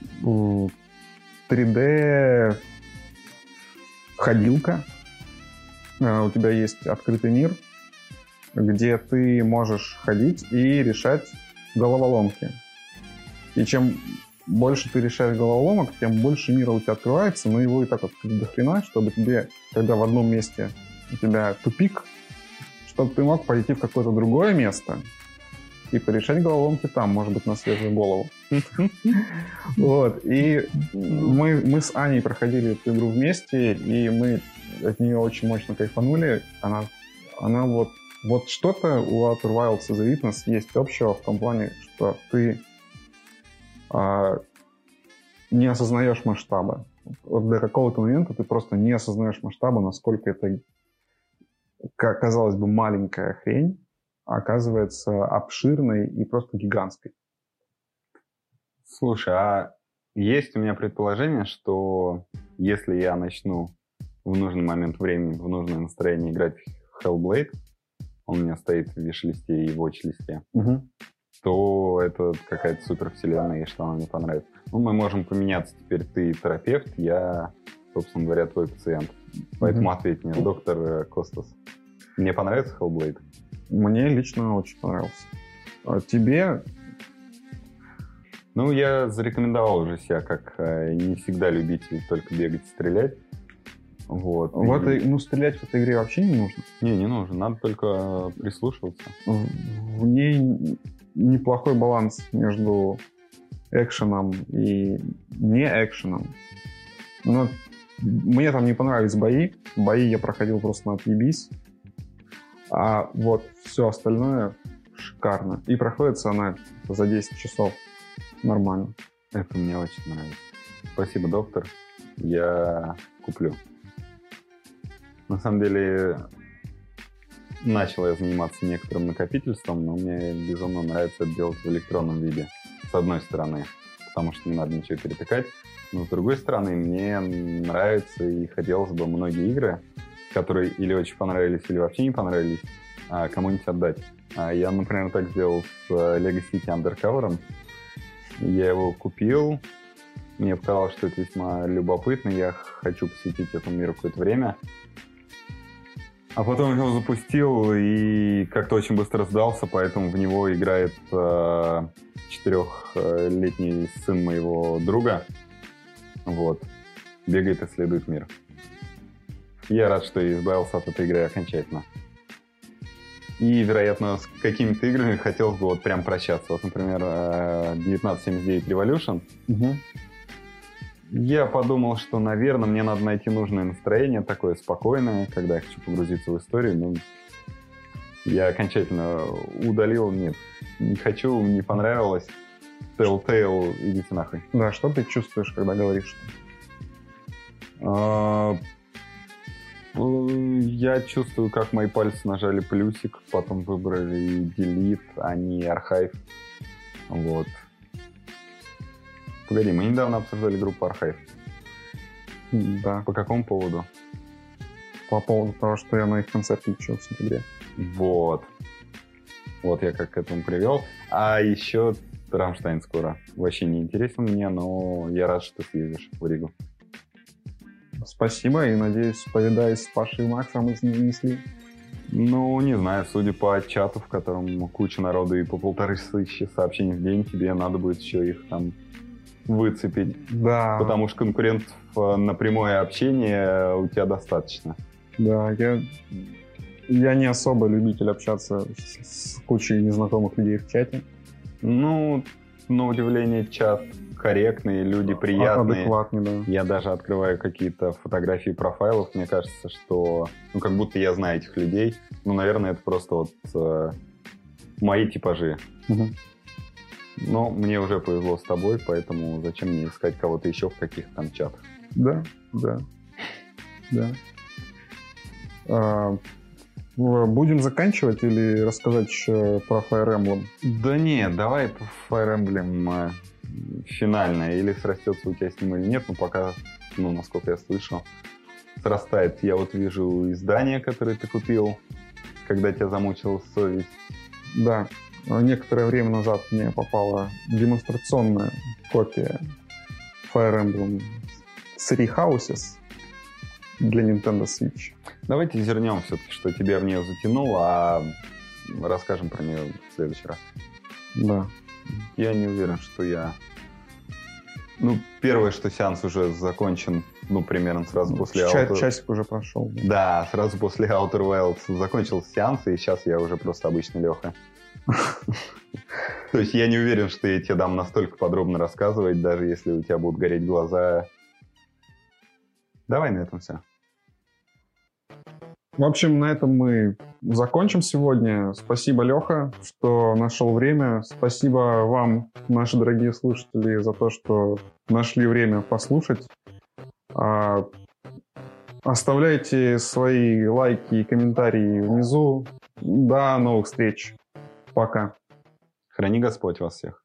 три дэ ходилка. У тебя есть открытый мир, где ты можешь ходить и решать головоломки. И чем больше ты решаешь головоломок, тем больше мира у тебя открывается, но его и так открыть до хрена, чтобы тебе, когда в одном месте у тебя тупик, чтобы ты мог пойти в какое-то другое место и порешать головоломки там, может быть, на свежую голову. Вот. И мы, мы с Аней проходили эту игру вместе, и мы от нее очень мощно кайфанули. Она, она вот, вот что-то у Outer Wilds и The Witness есть общего в том плане, что ты а, не осознаешь масштаба. Вот до какого-то момента ты просто не осознаешь масштаба, насколько это, как казалось бы, маленькая хрень, оказывается обширной и просто гигантской. Слушай, а есть у меня предположение, что если я начну в нужный момент времени, в нужное настроение играть в Hellblade, он у меня стоит в виш-листе и в watch-листе, угу. то это какая-то супервселенная, и что она мне понравится. Ну, мы можем поменяться теперь. Ты терапевт, я, собственно говоря, твой пациент. Поэтому угу. ответь мне, доктор Костас. Мне понравится Hellblade? Мне лично очень понравился. А тебе? Ну, я зарекомендовал уже себя как э, не всегда любитель только бегать и стрелять. Вот. В и... этой, ну, стрелять в этой игре вообще не нужно? Не, не нужно. Надо только прислушиваться. В, в ней неплохой баланс между экшеном и не экшеном. Но мне там не понравились бои. Бои я проходил просто на отъебись. А вот все остальное шикарно. И проходится она за десять часов. Нормально. Это мне очень нравится. Спасибо, доктор. Я куплю. На самом деле, начал я заниматься некоторым накопительством, но мне безумно нравится это делать в электронном виде. С одной стороны, потому что не надо ничего перетыкать. Но с другой стороны, мне нравится и хотелось бы многие игры, которые или очень понравились, или вообще не понравились, кому-нибудь отдать. Я, например, так сделал с Lego City Undercover. Я его купил, мне показалось, что это весьма любопытно, я хочу посетить эту мир какое-то время. А потом его запустил и как-то очень быстро сдался, поэтому в него играет э, четырехлетний сын моего друга. Вот. Бегает, исследует мир. Я рад, что избавился от этой игры окончательно. И, вероятно, с какими-то играми хотелось бы вот прям прощаться. Вот, например, девятнадцать семьдесят девять Revolution. Угу. Я подумал, что, наверное, мне надо найти нужное настроение, такое спокойное, когда я хочу погрузиться в историю. Но я окончательно удалил. Нет, не хочу, не понравилось. Telltale, идите нахуй. Да, что ты чувствуешь, когда говоришь? А... Я чувствую, как мои пальцы нажали плюсик, потом выбрали delete, а не архайв. Вот. Погоди, мы недавно обсуждали группу архайв. Да. По какому поводу? По поводу того, что я на их концерте учил в сентябре. Вот. Вот я как к этому привел. А еще Рамштайн скоро. Вообще не интересен мне, но я рад, что ты съездишь в Ригу. Спасибо, и, надеюсь, повидаясь с Пашей и Максом, мы с ними несли. Ну, не знаю, судя по чату, в котором куча народу и по полторы тысячи сообщений в день, тебе надо будет еще их там выцепить. Да. Потому что конкурентов на прямое общение у тебя достаточно. Да, я, я не особо любитель общаться с, с кучей незнакомых людей в чате. Ну, на удивление, чат корректный, люди приятные. Адекватный, да. Я даже открываю какие-то фотографии профайлов, мне кажется, что... Ну, как будто я знаю этих людей. Ну, наверное, это просто вот э, мои типажи. Угу. Но мне уже повезло с тобой, поэтому зачем мне искать кого-то еще в каких-то там чатах? Да, да, да. А, будем заканчивать или рассказать еще про Fire Emblem? Да нет, давай по Fire Emblem э, финальное. Или срастется у тебя с ним или нет, но пока, ну, насколько я слышал, срастает. Я вот вижу издание, которое ты купил, когда тебя замучила совесть. Да. Некоторое время назад мне попала демонстрационная копия Fire Emblem Three Houses для Nintendo Switch. Давайте зернем все-таки, что тебя в нее затянуло, а расскажем про нее в следующий раз. Да. Я не уверен, что я... Ну, первое, что сеанс уже закончен, ну, примерно сразу после... Ча- Outer... Часик уже прошел. Да. Да, сразу после Outer Wilds закончился сеанс, и сейчас я уже просто обычный Леха. То есть я не уверен, что я тебе дам настолько подробно рассказывать, даже если у тебя будут гореть глаза. Давай на этом все. В общем, на этом мы закончим сегодня. Спасибо, Леха, что нашел время. Спасибо вам, наши дорогие слушатели, за то, что нашли время послушать. Оставляйте свои лайки и комментарии внизу. До новых встреч. Пока. Храни Господь вас всех.